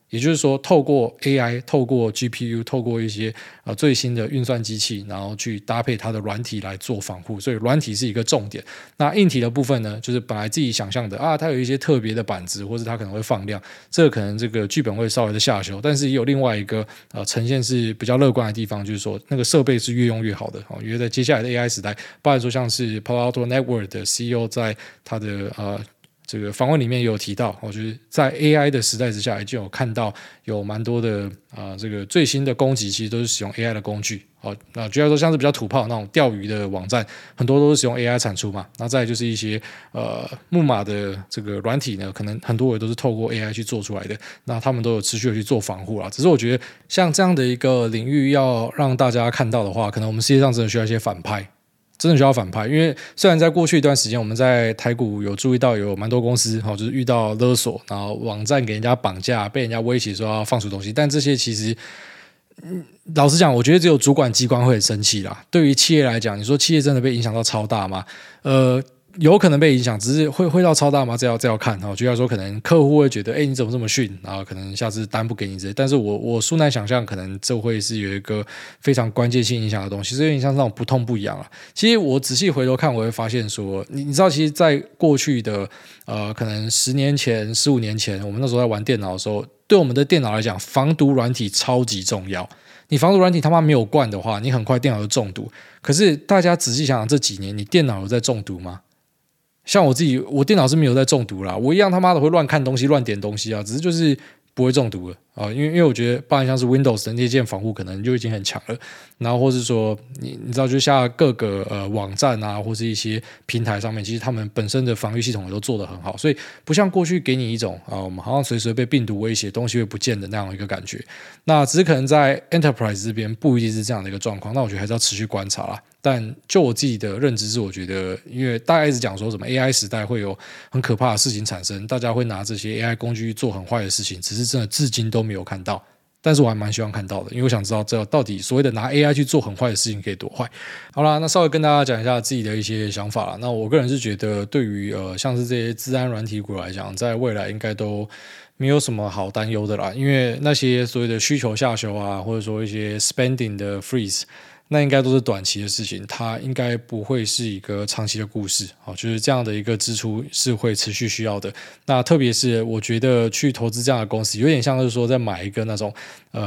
S1: 也就是说，透过 AI、透过 GPU、透过一些最新的运算机器，然后去搭配它的软体来做防护，所以软体是一个重点。那硬体的部分呢，就是本来自己想象的它有一些特别的板子，或者它可能会放亮，这个可能这个剧本会稍微的下修，但是也有另外一个呈现是比较乐观的地方，就是说那个设备是越用越好的因为在接下来的 AI 时代，包含说像是 Palo Alto Network 的 CEO 在他的这个访问里面也有提到就是在 AI 的时代之下，已经有看到有蛮多的这个最新的攻击其实都是使用 AI 的工具那举例说像是比较土炮那种钓鱼的网站，很多都是使用 AI 产出嘛。那再来就是一些木马的这个软体呢，可能很多也都是透过 AI 去做出来的，那他们都有持续的去做防护啦。只是我觉得像这样的一个领域要让大家看到的话，可能我们世界上真的需要一些反派，真的需要反派。因为虽然在过去一段时间我们在台股有注意到有蛮多公司就是遇到勒索，然后网站给人家绑架，被人家威胁说要放出东西，但这些其实老实讲我觉得只有主管机关会很生气啦。对于企业来讲，你说企业真的被影响到超大吗？有可能被影响，只是会到超大吗？这要看就要说可能客户会觉得你怎么这么逊，然后可能下次单不给你之类。但是我殊难想象可能这会是有一个非常关键性影响的东西，是有点像那种不痛不痒啊。其实我仔细回头看，我会发现说你知道其实在过去的可能10年前15年前，我们那时候在玩电脑的时候，对我们的电脑来讲，防毒软体超级重要。你防毒软体他妈没有灌的话，你很快电脑就中毒。可是大家仔细想想，这几年你电脑有在中毒吗？像我自己，我电脑是没有在中毒啦，我一样他妈的会乱看东西、乱点东西只是就是不会中毒了因为我觉得包含像是 Windows 的内建防护可能就已经很强了，然后或是说你知道，就像各个网站或是一些平台上面，其实他们本身的防御系统也都做得很好，所以不像过去给你一种我们好像随时被病毒威胁，东西会不见的那样一个感觉。那只是可能在 Enterprise 这边不一定是这样的一个状况，那我觉得还是要持续观察啦。但就我自己的认知是，我觉得因为大家一直讲说什么 AI 时代会有很可怕的事情产生，大家会拿这些 AI 工具做很坏的事情，只是真的至今都没有看到。但是我还蛮希望看到的，因为我想知道这到底所谓的拿 AI 去做很坏的事情可以多坏。好啦，那稍微跟大家讲一下自己的一些想法啦。那我个人是觉得对于像是这些资安软体股来讲，在未来应该都没有什么好担忧的啦，因为那些所谓的需求下修或者说一些 spending 的 freeze，那应该都是短期的事情，它应该不会是一个长期的故事就是这样的一个支出是会持续需要的。那特别是我觉得去投资这样的公司，有点像是说在买一个那种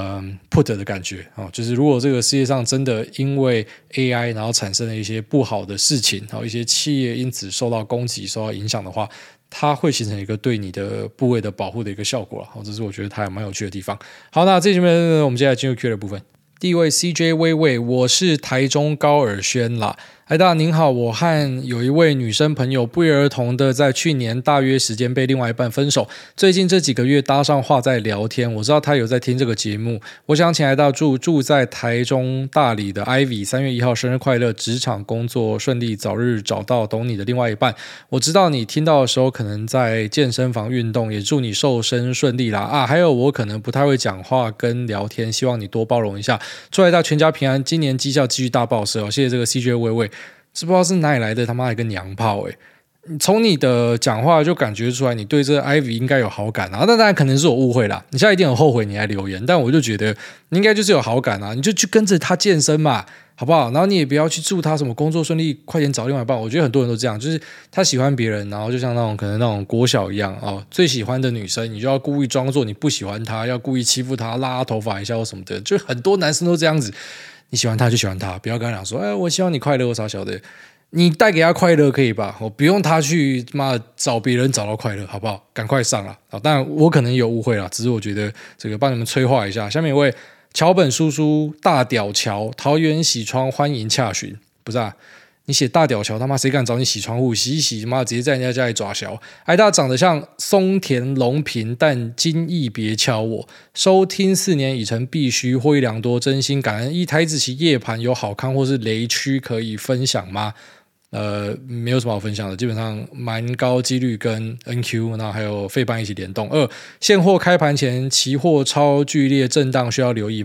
S1: put 的感觉就是如果这个世界上真的因为 AI 然后产生了一些不好的事情一些企业因此受到攻击、受到影响的话，它会形成一个对你的部位的保护的一个效果这是我觉得它还蛮有趣的地方。好，那这期我们接下来进入 Q 的部分。第一位 CJ 微微，我是台中高尔轩啦。大家您好，我和有一位女生朋友不约而同的在去年大约时间被另外一半分手，最近这几个月搭上话在聊天，我知道她有在听这个节目，我想请来到住在台中大理的 Ivy 3月1号生日快乐，职场工作顺利，早日找到懂你的另外一半。我知道你听到的时候可能在健身房运动，也祝你瘦身顺利啦还有我可能不太会讲话跟聊天，希望你多包容一下，祝大家全家平安，今年绩效继续大爆射谢谢这个 CJ 微微。是不知道是哪里来的他妈一个娘炮从你的讲话就感觉出来你对这个 Ivy 应该有好感但当然可能是我误会啦，你现在一定很后悔你来留言，但我就觉得你应该就是有好感你就去跟着他健身嘛，好不好？然后你也不要去祝他什么工作顺利，快点找另外一半。我觉得很多人都这样，就是他喜欢别人，然后就像那种可能那种国小一样最喜欢的女生，你就要故意装作你不喜欢她，要故意欺负她，拉她头发一下或什么的，就很多男生都这样子。你喜欢他就喜欢他，不要跟他讲说我希望你快乐我傻小的，你带给他快乐可以吧不用他去妈找别人找到快乐，好不好？赶快上啦当然我可能有误会啦，只是我觉得这个帮你们催化一下。下面一位桥本叔叔大屌桥桃园洗窗欢迎洽询，不是你写大屌桥他妈谁敢找你洗窗户，洗一洗妈直接在人家家里抓小。大长得像松田龙平，但金意别敲我。收听4年已成必须，获益良多，真心感恩。一台子棋夜盘有好看或是雷区可以分享吗？没有什么好分享的，基本上蛮高几率跟 NQ 那还有费半一起联动。现货开盘前期货超剧烈震荡需要留意吗？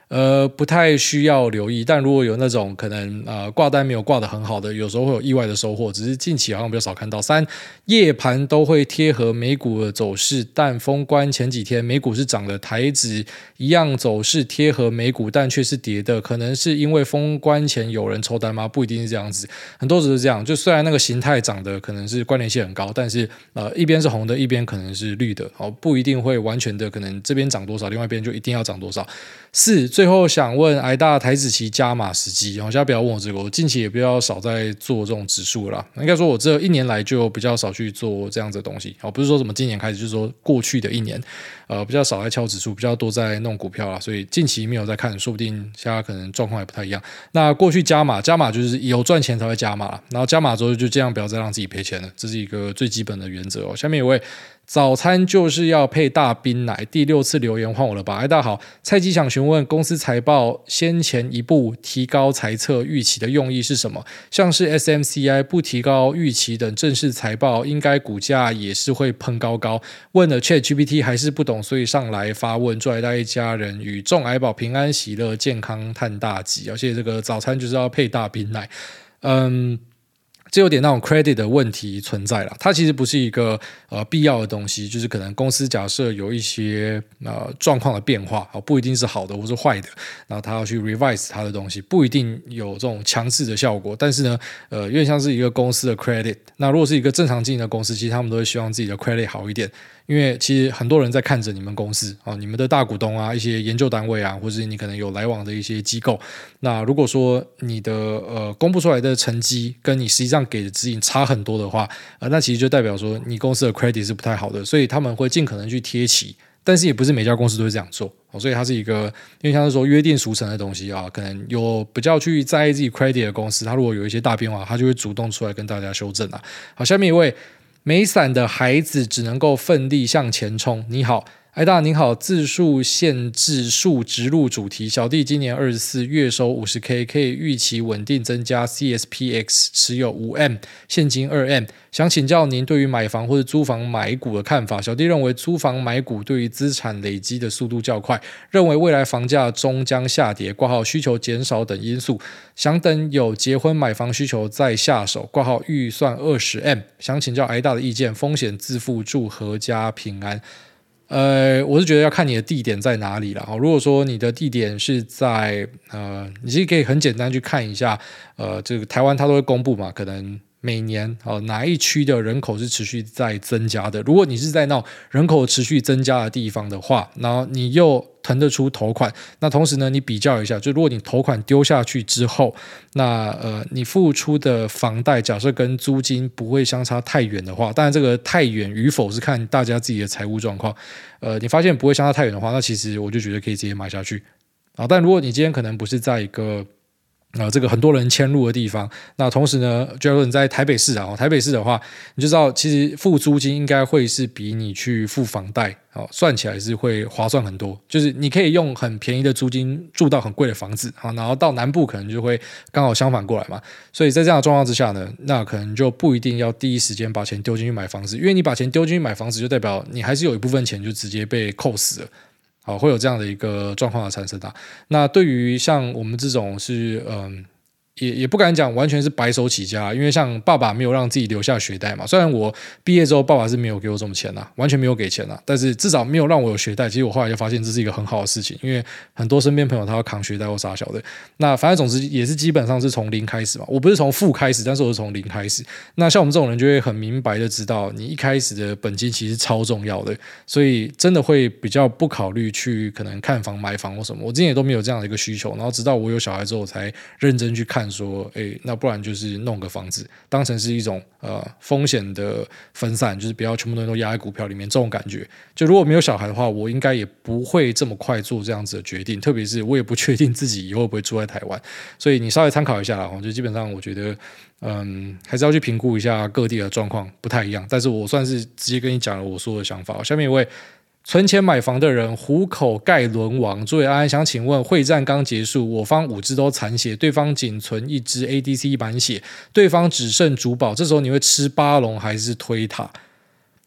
S1: 不太需要留意，但如果有那种可能挂单没有挂得很好的，有时候会有意外的收获，只是近期好像比较少看到。3，夜盘都会贴合美股的走势，但封关前几天美股是涨的，台指一样走势贴合美股，但却是跌的，可能是因为封关前有人抽单吗？不一定是这样子，很多只是这样，就虽然那个形态涨的可能是关联性很高，但是一边是红的，一边可能是绿的，不一定会完全的可能这边涨多少，另外一边就一定要涨多少。4，最后想问挨大台指期加码时机，现在不要问我这个，我近期也比较少在做这种指数了啦，应该说我这1年来就比较少去做这样子的东西，不是说什么今年开始，就是说过去的1年，比较少在敲指数，比较多在弄股票啦，所以近期没有在看，说不定现在可能状况也不太一样。那过去加码就是有赚钱才会加码啦，然后加码之后就尽量不要再让自己赔钱了，这是一个最基本的原则。下面有位早餐就是要配大冰奶，第6次留言换我了吧？大家好，蔡基想询问公司财报先前一步提高财测预期的用意是什么？像是 SMCI 不提高预期等正式财报，应该股价也是会喷高高。问了 ChatGPT 还是不懂，所以上来发问。祝大家人与众癌宝平安喜乐健康叹大吉。而且这个早餐就是要配大冰奶，这有点那种 credit 的问题存在了，它其实不是一个必要的东西，就是可能公司假设有一些状况的变化，不一定是好的或是坏的，然后他要去 revise 它的东西，不一定有这种强制的效果，但是呢，有点像是一个公司的 credit。那如果是一个正常经营的公司，其实他们都会希望自己的 credit 好一点。因为其实很多人在看着你们公司你们的大股东啊，一些研究单位啊，或者你可能有来往的一些机构。那如果说你的公布出来的成绩跟你实际上给的指引差很多的话，那其实就代表说你公司的 credit 是不太好的，所以他们会尽可能去贴齐。但是也不是每家公司都会这样做，所以它是一个因为像是说约定俗成的东西啊，可能有比较去在意自己 credit 的公司，它如果有一些大变化，它就会主动出来跟大家修正啊。好，下面一位。没伞的孩子只能够奋力向前冲。你好，艾大您好，字数限制数直入主题。小弟今年24，月收 50K， 可以预期稳定增加 CSPX 持有 5M， 现金 2M。想请教您对于买房或者租房买股的看法。小弟认为租房买股对于资产累积的速度较快，认为未来房价终将下跌，挂号需求减少等因素，想等有结婚买房需求再下手，挂号预算 20M。 想请教挨大的意见，风险自负，祝阖家平安。我是觉得要看你的地点在哪里啦。如果说你的地点是在你其实可以很简单去看一下这个台湾它都会公布嘛，可能每年哪一区的人口是持续在增加的。如果你是在那种人口持续增加的地方的话，然后你又腾得出头款，那同时呢你比较一下，就如果你头款丢下去之后，那你付出的房贷假设跟租金不会相差太远的话，当然这个太远与否是看大家自己的财务状况，你发现不会相差太远的话，那其实我就觉得可以直接买下去但如果你今天可能不是在一个这个很多人迁入的地方，那同时呢，就如果你在台北市台北市的话，你就知道其实付租金应该会是比你去付房贷算起来是会划算很多。就是你可以用很便宜的租金住到很贵的房子然后到南部可能就会刚好相反过来嘛。所以在这样的状况之下呢，那可能就不一定要第一时间把钱丢进去买房子，因为你把钱丢进去买房子，就代表你还是有一部分钱就直接被扣死了。会有这样的一个状况的产生那对于像我们这种是也不敢讲完全是白手起家，因为像爸爸没有让自己留下学贷嘛。虽然我毕业之后爸爸是没有给我什么钱完全没有给钱但是至少没有让我有学贷。其实我后来就发现这是一个很好的事情，因为很多身边朋友他要扛学贷或啥小的。那反正总之也是基本上是从零开始嘛，我不是从负开始，但是我是从零开始。那像我们这种人就会很明白的知道，你一开始的本金其实超重要的，所以真的会比较不考虑去可能看房买房或什么。我之前也都没有这样的一个需求，然后直到我有小孩之后，我才认真去看说那不然就是弄个房子当成是一种风险的分散，就是不要全部都压在股票里面，这种感觉。就如果没有小孩的话，我应该也不会这么快做这样子的决定，特别是我也不确定自己以后会不会住在台湾，所以你稍微参考一下啦。就基本上我觉得还是要去评估一下各地的状况不太一样，但是我算是直接跟你讲了我说的想法。下面一位存钱买房的人，虎口盖轮王，诸位安安，想请问会战刚结束，我方5只都残血，对方仅存1只 ADC 满血，对方只剩主堡，这时候你会吃巴龙还是推塔？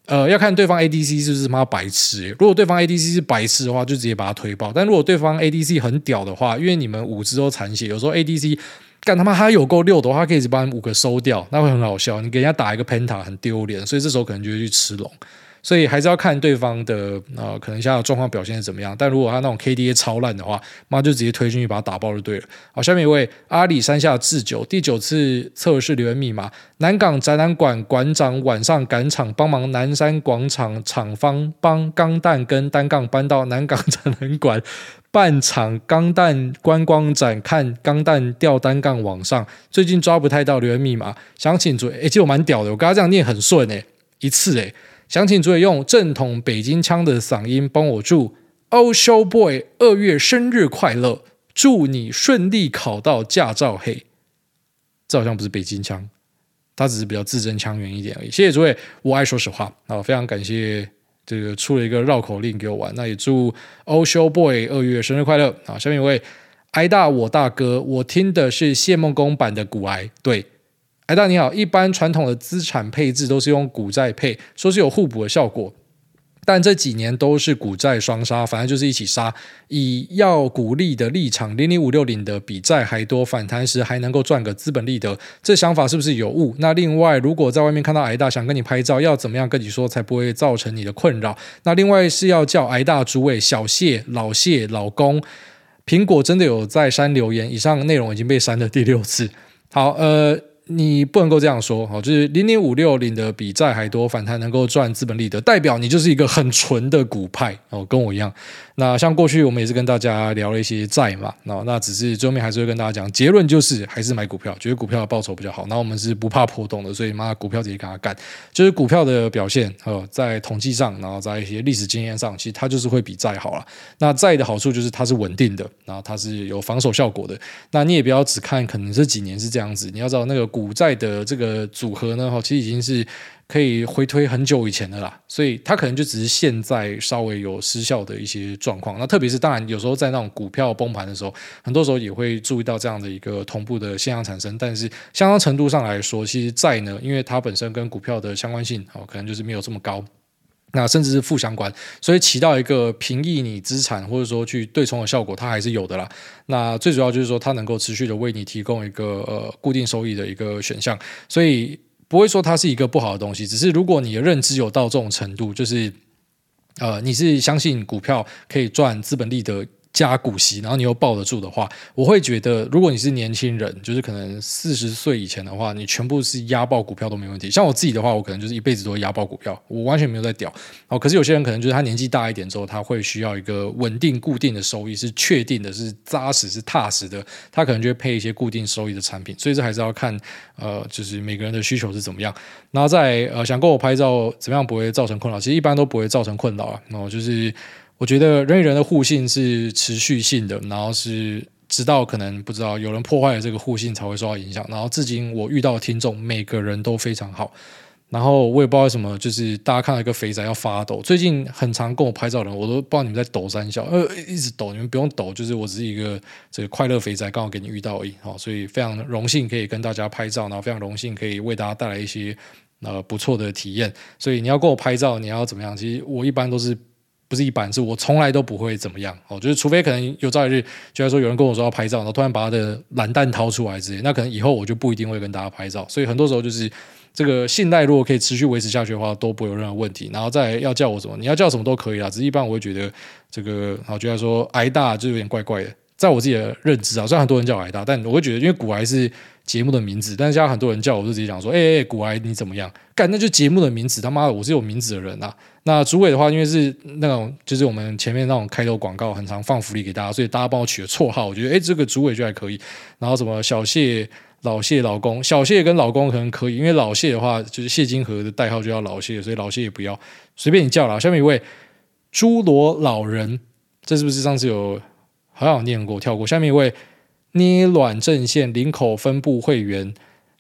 S1: 要看对方 ADC 是不是他妈白痴。如果对方 ADC 是白痴的话，就直接把他推爆。但如果对方 ADC 很屌的话，因为你们5只都残血，有时候 ADC 干他妈他有够溜的话，他可以把你5个收掉，那会很好笑。你给人家打一个 Penta 很丢脸，所以这时候可能就会去吃龙。所以还是要看对方的可能现在的状况表现是怎么样。但如果他那种 KDA 超烂的话，妈就直接推进去把他打爆就对了。好，下面一位阿里山下智久，第9次测试留言密码：南港展览馆馆长晚上赶场帮忙南山广场厂方帮钢弹跟单杠搬到南港展览馆办场钢弹观光展，看钢弹吊单杠往上。最近抓不太到留言密码，想请主其实我蛮屌的，我刚刚这样念很顺一次想请主委用正统北京腔的嗓音帮我祝 Oh Show Boy 2月生日快乐，祝你顺利考到驾照嘿。这好像不是北京腔，他只是比较字正腔圆一点而已。谢谢主委，我爱说实话。非常感谢这个出了一个绕口令给我玩。那也祝 Oh Show Boy 2月生日快乐。下面一位挨大我大哥，我听的是谢梦工版的股癌。对，挨大你好，一般传统的资产配置都是用股债配，说是有互补的效果，但这几年都是股债双杀，反正就是一起杀。以要股利的立场，00560领的比债还多，反弹时还能够赚个资本利得，这想法是不是有误？那另外，如果在外面看到挨大想跟你拍照，要怎么样跟你说才不会造成你的困扰？那另外是要叫挨大诸位小谢、老谢、老公。苹果真的有在删留言，以上内容已经被删了第6次。好，你不能够这样说，就是00560领的比债还多，反弹能够赚资本利得，代表你就是一个很纯的股派跟我一样。那像过去我们也是跟大家聊了一些债嘛，那只是最后面还是会跟大家讲，结论就是还是买股票，觉得股票的报酬比较好。那我们是不怕波动的，所以股票直接跟他干，就是股票的表现在统计上，然后在一些历史经验上，其实它就是会比债好了。那债的好处就是它是稳定的，然后它是有防守效果的。那你也不要只看可能这几年是这样子，你要知道那个股债的这个组合呢，其实已经是可以回推很久以前的啦，所以它可能就只是现在稍微有失效的一些状况。那特别是当然有时候在那种股票崩盘的时候，很多时候也会注意到这样的一个同步的现象产生，但是相当程度上来说，其实债呢，因为它本身跟股票的相关性可能就是没有这么高，那甚至是负相关，所以起到一个平抑你资产或者说去对冲的效果，它还是有的啦。那最主要就是说它能够持续的为你提供一个固定收益的一个选项，所以不会说它是一个不好的东西，只是如果你的认知有到这种程度，就是你是相信股票可以赚资本利得加股息，然后你又抱得住的话，我会觉得如果你是年轻人，就是可能40岁以前的话，你全部是押爆股票都没问题。像我自己的话，我可能就是一辈子都会押爆股票，我完全没有在屌。可是有些人可能就是他年纪大一点之后，他会需要一个稳定固定的收益，是确定的，是扎实是踏实的，他可能就会配一些固定收益的产品。所以这还是要看就是每个人的需求是怎么样。然后再想跟我拍照怎么样不会造成困扰，其实一般都不会造成困扰啊。就是我觉得人与人的互信是持续性的，然后是直到可能不知道有人破坏了这个互信才会受到影响。然后至今我遇到的听众每个人都非常好，然后我也不知道为什么，就是大家看到一个肥仔要发抖，最近很常跟我拍照的人，我都不知道你们在抖三小，一直抖，你们不用抖，就是我只是一个这个快乐肥仔，刚好给你遇到而已。所以非常荣幸可以跟大家拍照，然后非常荣幸可以为大家带来一些不错的体验。所以你要跟我拍照，你要怎么样？其实我一般都是。不是一般，是我从来都不会怎么样就是除非可能有朝一日，就像说有人跟我说要拍照，然后突然把他的蓝弹掏出来之类，那可能以后我就不一定会跟大家拍照。所以很多时候就是这个信赖，如果可以持续维持下去的话，都不会有任何问题。然后再来要叫我什么，你要叫什么都可以啦，只是一般我会觉得这个，觉得说挨大就有点怪怪的，在我自己的认知啊，虽然很多人叫我挨大，但我会觉得因为股癌是节目的名字，但是现在很多人叫我就直接讲说，股癌你怎么样？干，那就节目的名字，他妈的我是有名字的人啊。那主委的话，因为是那种就是我们前面那种开头广告很常放福利给大家，所以大家帮我取了绰号，我觉得这个主委就还可以。然后什么小谢、老谢、老公，小谢跟老公可能可以，因为老谢的话就是谢金河的代号就叫老谢，所以老谢也不要，随便你叫啦。下面一位侏罗老人，这是不是上次有好像有念过跳过？下面一位捏卵阵线林口分部会员。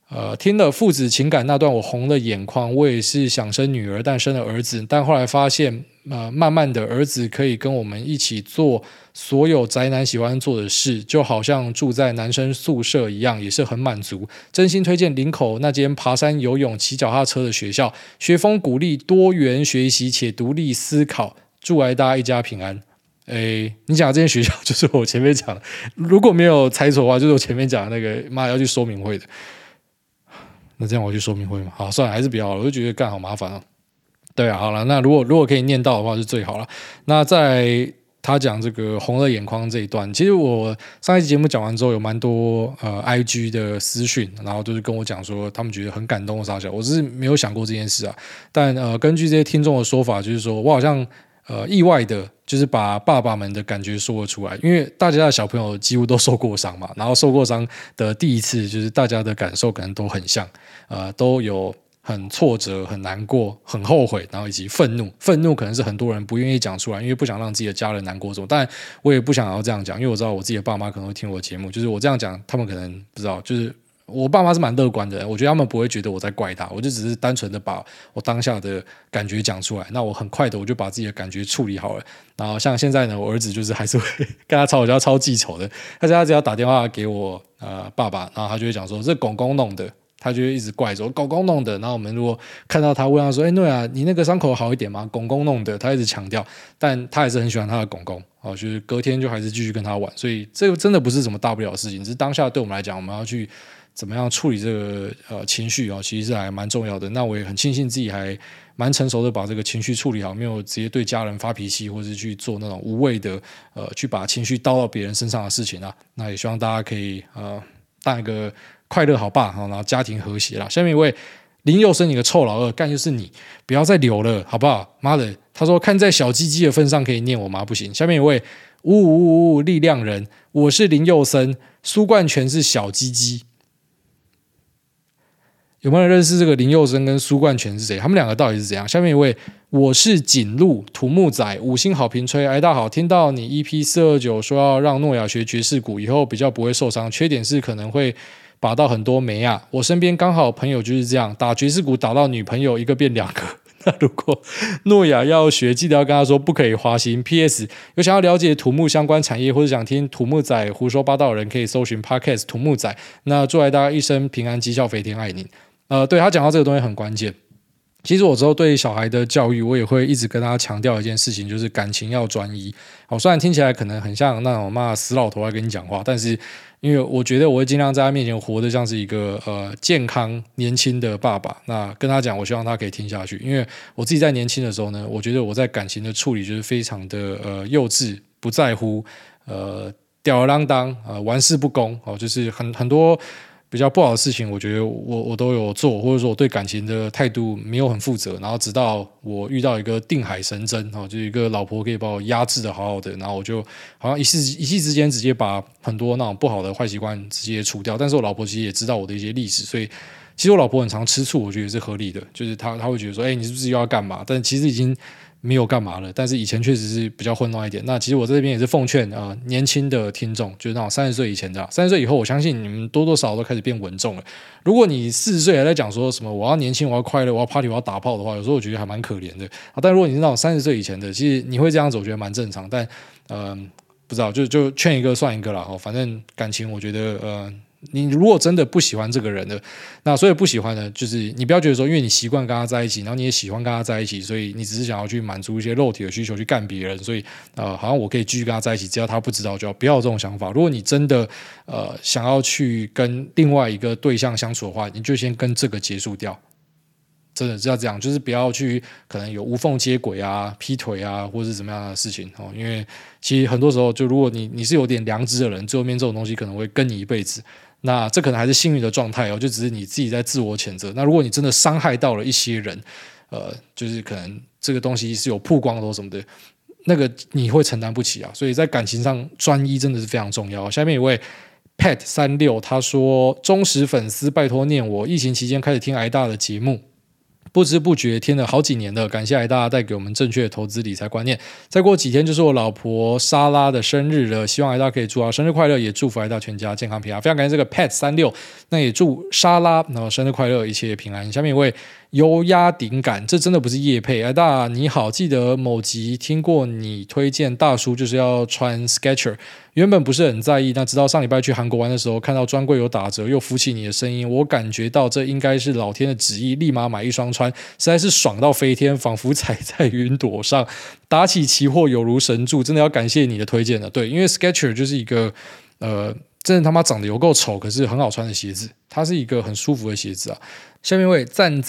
S1: 听了父子情感那段，我红了眼眶。我也是想生女儿，但生了儿子，但后来发现，慢慢的儿子可以跟我们一起做所有宅男喜欢做的事，就好像住在男生宿舍一样，也是很满足。真心推荐林口那间爬山、游泳、骑脚踏车的学校，学风鼓励多元学习且独立思考。祝大家一家平安。你讲的这间学校就是我前面讲的，如果没有猜错的话，就是我前面讲的那个要去说明会的。那这样我去说明会嘛？好，算了，还是不要了，我就觉得干好麻烦啊。对啊，好了，那如果可以念到的话是最好了。那在他讲这个红了眼眶这一段，其实我上一期节目讲完之后，有蛮多IG 的私讯，然后就是跟我讲说他们觉得很感动的啥小，我是没有想过这件事啊。但根据这些听众的说法，就是说我好像意外的，就是把爸爸们的感觉说了出来，因为大家的小朋友几乎都受过伤嘛，然后受过伤的第一次，就是大家的感受可能都很像，都有很挫折、很难过、很后悔，然后以及愤怒。愤怒可能是很多人不愿意讲出来，因为不想让自己的家人难过什么。但我也不想要这样讲，因为我知道我自己的爸妈可能会听我的节目，就是我这样讲，他们可能不知道，就是我爸妈是蛮乐观的人，我觉得他们不会觉得我在怪他，我就只是单纯的把我当下的感觉讲出来。那我很快的我就把自己的感觉处理好了。然后像现在呢，我儿子就是还是会跟他吵架，超记仇的。他只要打电话给我爸爸，然后他就会讲说这公公弄的。他就会一直怪说狗狗弄的，然后我们如果看到他问他说：“诺亚，你那个伤口好一点吗？”公公弄的，他一直强调，但他还是很喜欢他的公公哦，就是隔天就还是继续跟他玩，所以这个真的不是什么大不了的事情，只是当下对我们来讲，我们要去怎么样处理这个情绪哦，其实是还蛮重要的。那我也很庆幸自己还蛮成熟的把这个情绪处理好，没有直接对家人发脾气，或是去做那种无谓的去把情绪倒到别人身上的事情啊。那也希望大家可以当一个快乐好爸，然后家庭和谐啦。下面一位林佑生，你个臭老二，干就是你，不要再留了，好不好？妈的，他说看在小鸡鸡的份上可以念我妈不行。下面一位力量人，我是林佑生，苏冠全是小鸡鸡。有没有人认识这个林佑生跟苏冠全是谁？他们两个到底是怎样？下面一位，我是锦路土木仔，5星好评吹，大好，听到你 EP429 说要让诺亚学爵士鼓，以后比较不会受伤，缺点是可能会把到很多梅啊。我身边刚好朋友就是这样，打爵士鼓打到女朋友一个变2个。那如果诺亚要学，记得要跟他说不可以花心。PS 有想要了解土木相关产业或者想听土木仔胡说八道的人，可以搜寻 Podcast 土木仔。那祝大家一生平安，绩效飞天，爱你。对，他讲到这个东西很关键。其实我之后对小孩的教育，我也会一直跟他强调一件事情，就是感情要专一。虽然听起来可能很像那种死老头在跟你讲话，但是因为我觉得我会尽量在他面前活得像是一个健康年轻的爸爸。那跟他讲，我希望他可以听下去。因为我自己在年轻的时候呢，我觉得我在感情的处理就是非常的幼稚，不在乎，吊儿郎当，玩世不恭，就是很多比较不好的事情，我觉得我都有做，或者说我对感情的态度没有很负责，然后直到我遇到一个定海神针，就是一个老婆可以把我压制的好好的，然后我就好像一夕之间直接把很多那种不好的坏习惯直接除掉。但是我老婆其实也知道我的一些历史，所以其实我老婆很常吃醋，我觉得是合理的，就是她会觉得说，你是不是又要干嘛？但其实已经没有干嘛了，但是以前确实是比较混乱一点。那其实我在这边也是奉劝年轻的听众，就是那种30岁以前的，30岁以后，我相信你们多多少少都开始变稳重了。如果你40岁还在讲说什么我要年轻，我要快乐，我要 party， 我要打炮的话，有时候我觉得还蛮可怜的。但如果你是那种30岁以前的，其实你会这样子，我觉得蛮正常。但不知道，就劝一个算一个啦。反正感情，我觉得你如果真的不喜欢这个人的，那所以不喜欢呢，就是你不要觉得说，因为你习惯跟他在一起，然后你也喜欢跟他在一起，所以你只是想要去满足一些肉体的需求去干别人，所以好像我可以继续跟他在一起，只要他不知道就好，不要有这种想法。如果你真的想要去跟另外一个对象相处的话，你就先跟这个结束掉。真的是要这样，就是不要去可能有无缝接轨啊、劈腿啊，或是怎么样的事情因为其实很多时候，就如果你是有点良知的人，最后面这种东西可能会跟你一辈子。那这可能还是幸运的状态就只是你自己在自我谴责。那如果你真的伤害到了一些人，就是可能这个东西是有曝光的什么的，那个你会承担不起啊。所以在感情上专一真的是非常重要。下面一位 Pet36 他说忠实粉丝，拜托念我，疫情期间开始听挨大的节目。 不知不觉听了好几年了，感谢大家带给我们正确的投资理财观念。再过几天就是我老婆莎拉的生日了，希望大家可以祝她生日快乐，也祝福大家全家健康平安。非常感谢这个 Pet36，那也祝莎拉生日快乐，一切平安。下面一位油压顶感，这真的不是业配。大你好，记得某集听过你推荐大叔就是要穿 Skechers， 原本不是很在意，那直到上礼拜去韩国玩的时候，看到专柜有打折，又浮起你的声音，我感觉到这应该是老天的旨意，立马买一双穿，实在是爽到飞天，仿佛踩在云朵上，打起期货有如神助，真的要感谢你的推荐了。对，因为 Skechers 就是一个真的他妈长得有够丑，可是很好穿的鞋子，它是一个很舒服的鞋子啊。下面一位赞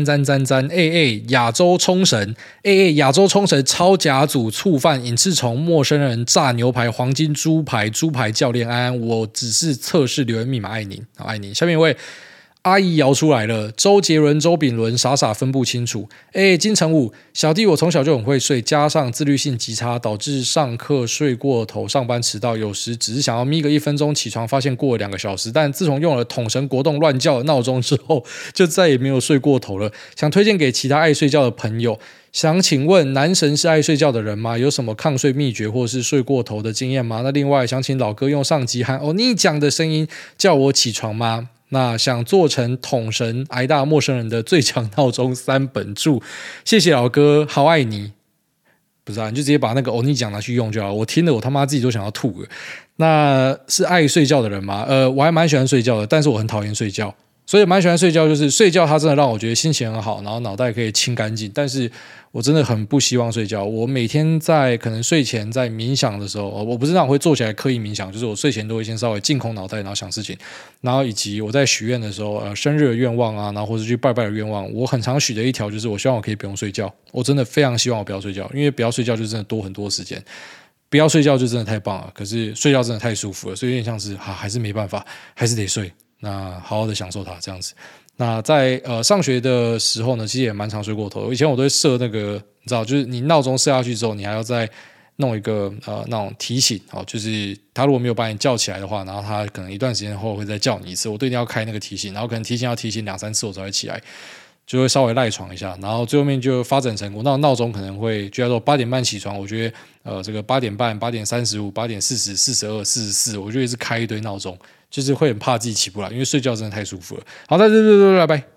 S1: AA 亚洲冲绳 AA 亚洲冲绳超甲组醋饭影翅虫陌生人炸牛排黄金猪排教练安安，我只是测试留言密码，爱您爱您。下面一位阿姨摇出来了，周杰伦、周炳伦傻分不清楚。金城武，小弟我从小就很会睡，加上自律性极差，导致上课睡过头，上班迟到，有时只是想要眯个1分钟起床，发现过了2个小时。但自从用了统神国栋乱叫的闹钟之后，就再也没有睡过头了。想推荐给其他爱睡觉的朋友。想请问男神是爱睡觉的人吗？有什么抗睡秘诀或是睡过头的经验吗？那另外想请老哥用上集和欧尼讲的声音叫我起床吗？那想做成统神挨大陌生人的最强闹钟3本柱，谢谢老哥，好爱你。不是啊，你就直接把那个欧尼讲拿去用就好了。我听了我他妈自己都想要吐了。那是爱睡觉的人吗？我还蛮喜欢睡觉的，但是我很讨厌睡觉。所以蛮喜欢睡觉，就是睡觉它真的让我觉得心情很好，然后脑袋可以清干净。但是我真的很不希望睡觉。我每天在可能睡前在冥想的时候，我不是那种会坐起来刻意冥想，就是我睡前都会先稍微净空脑袋，然后想事情。然后以及我在许愿的时候，生日的愿望啊，然后或者去拜拜的愿望，我很常许的一条就是我希望我可以不用睡觉。我真的非常希望我不要睡觉，因为不要睡觉就真的多很多时间。不要睡觉就真的太棒了，可是睡觉真的太舒服了，所以有点像是还是没办法，还是得睡。那好好的享受它这样子。那在上学的时候呢，其实也蛮常睡过头。以前我都会设那个，你知道，就是你闹钟设下去之后，你还要再弄一个那种提醒就是他如果没有把你叫起来的话，然后他可能一段时间后会再叫你一次，我都一定要开那个提醒，然后可能提醒要提醒2-3次我才会起来。就会稍微赖床一下，然后最后面就发展成我那闹钟可能会就要说8点半起床，我觉得这个8点半、8点35、8点40、42、44，我就一直开一堆闹钟，就是会很怕自己起不来，因为睡觉真的太舒服了。好，拜拜。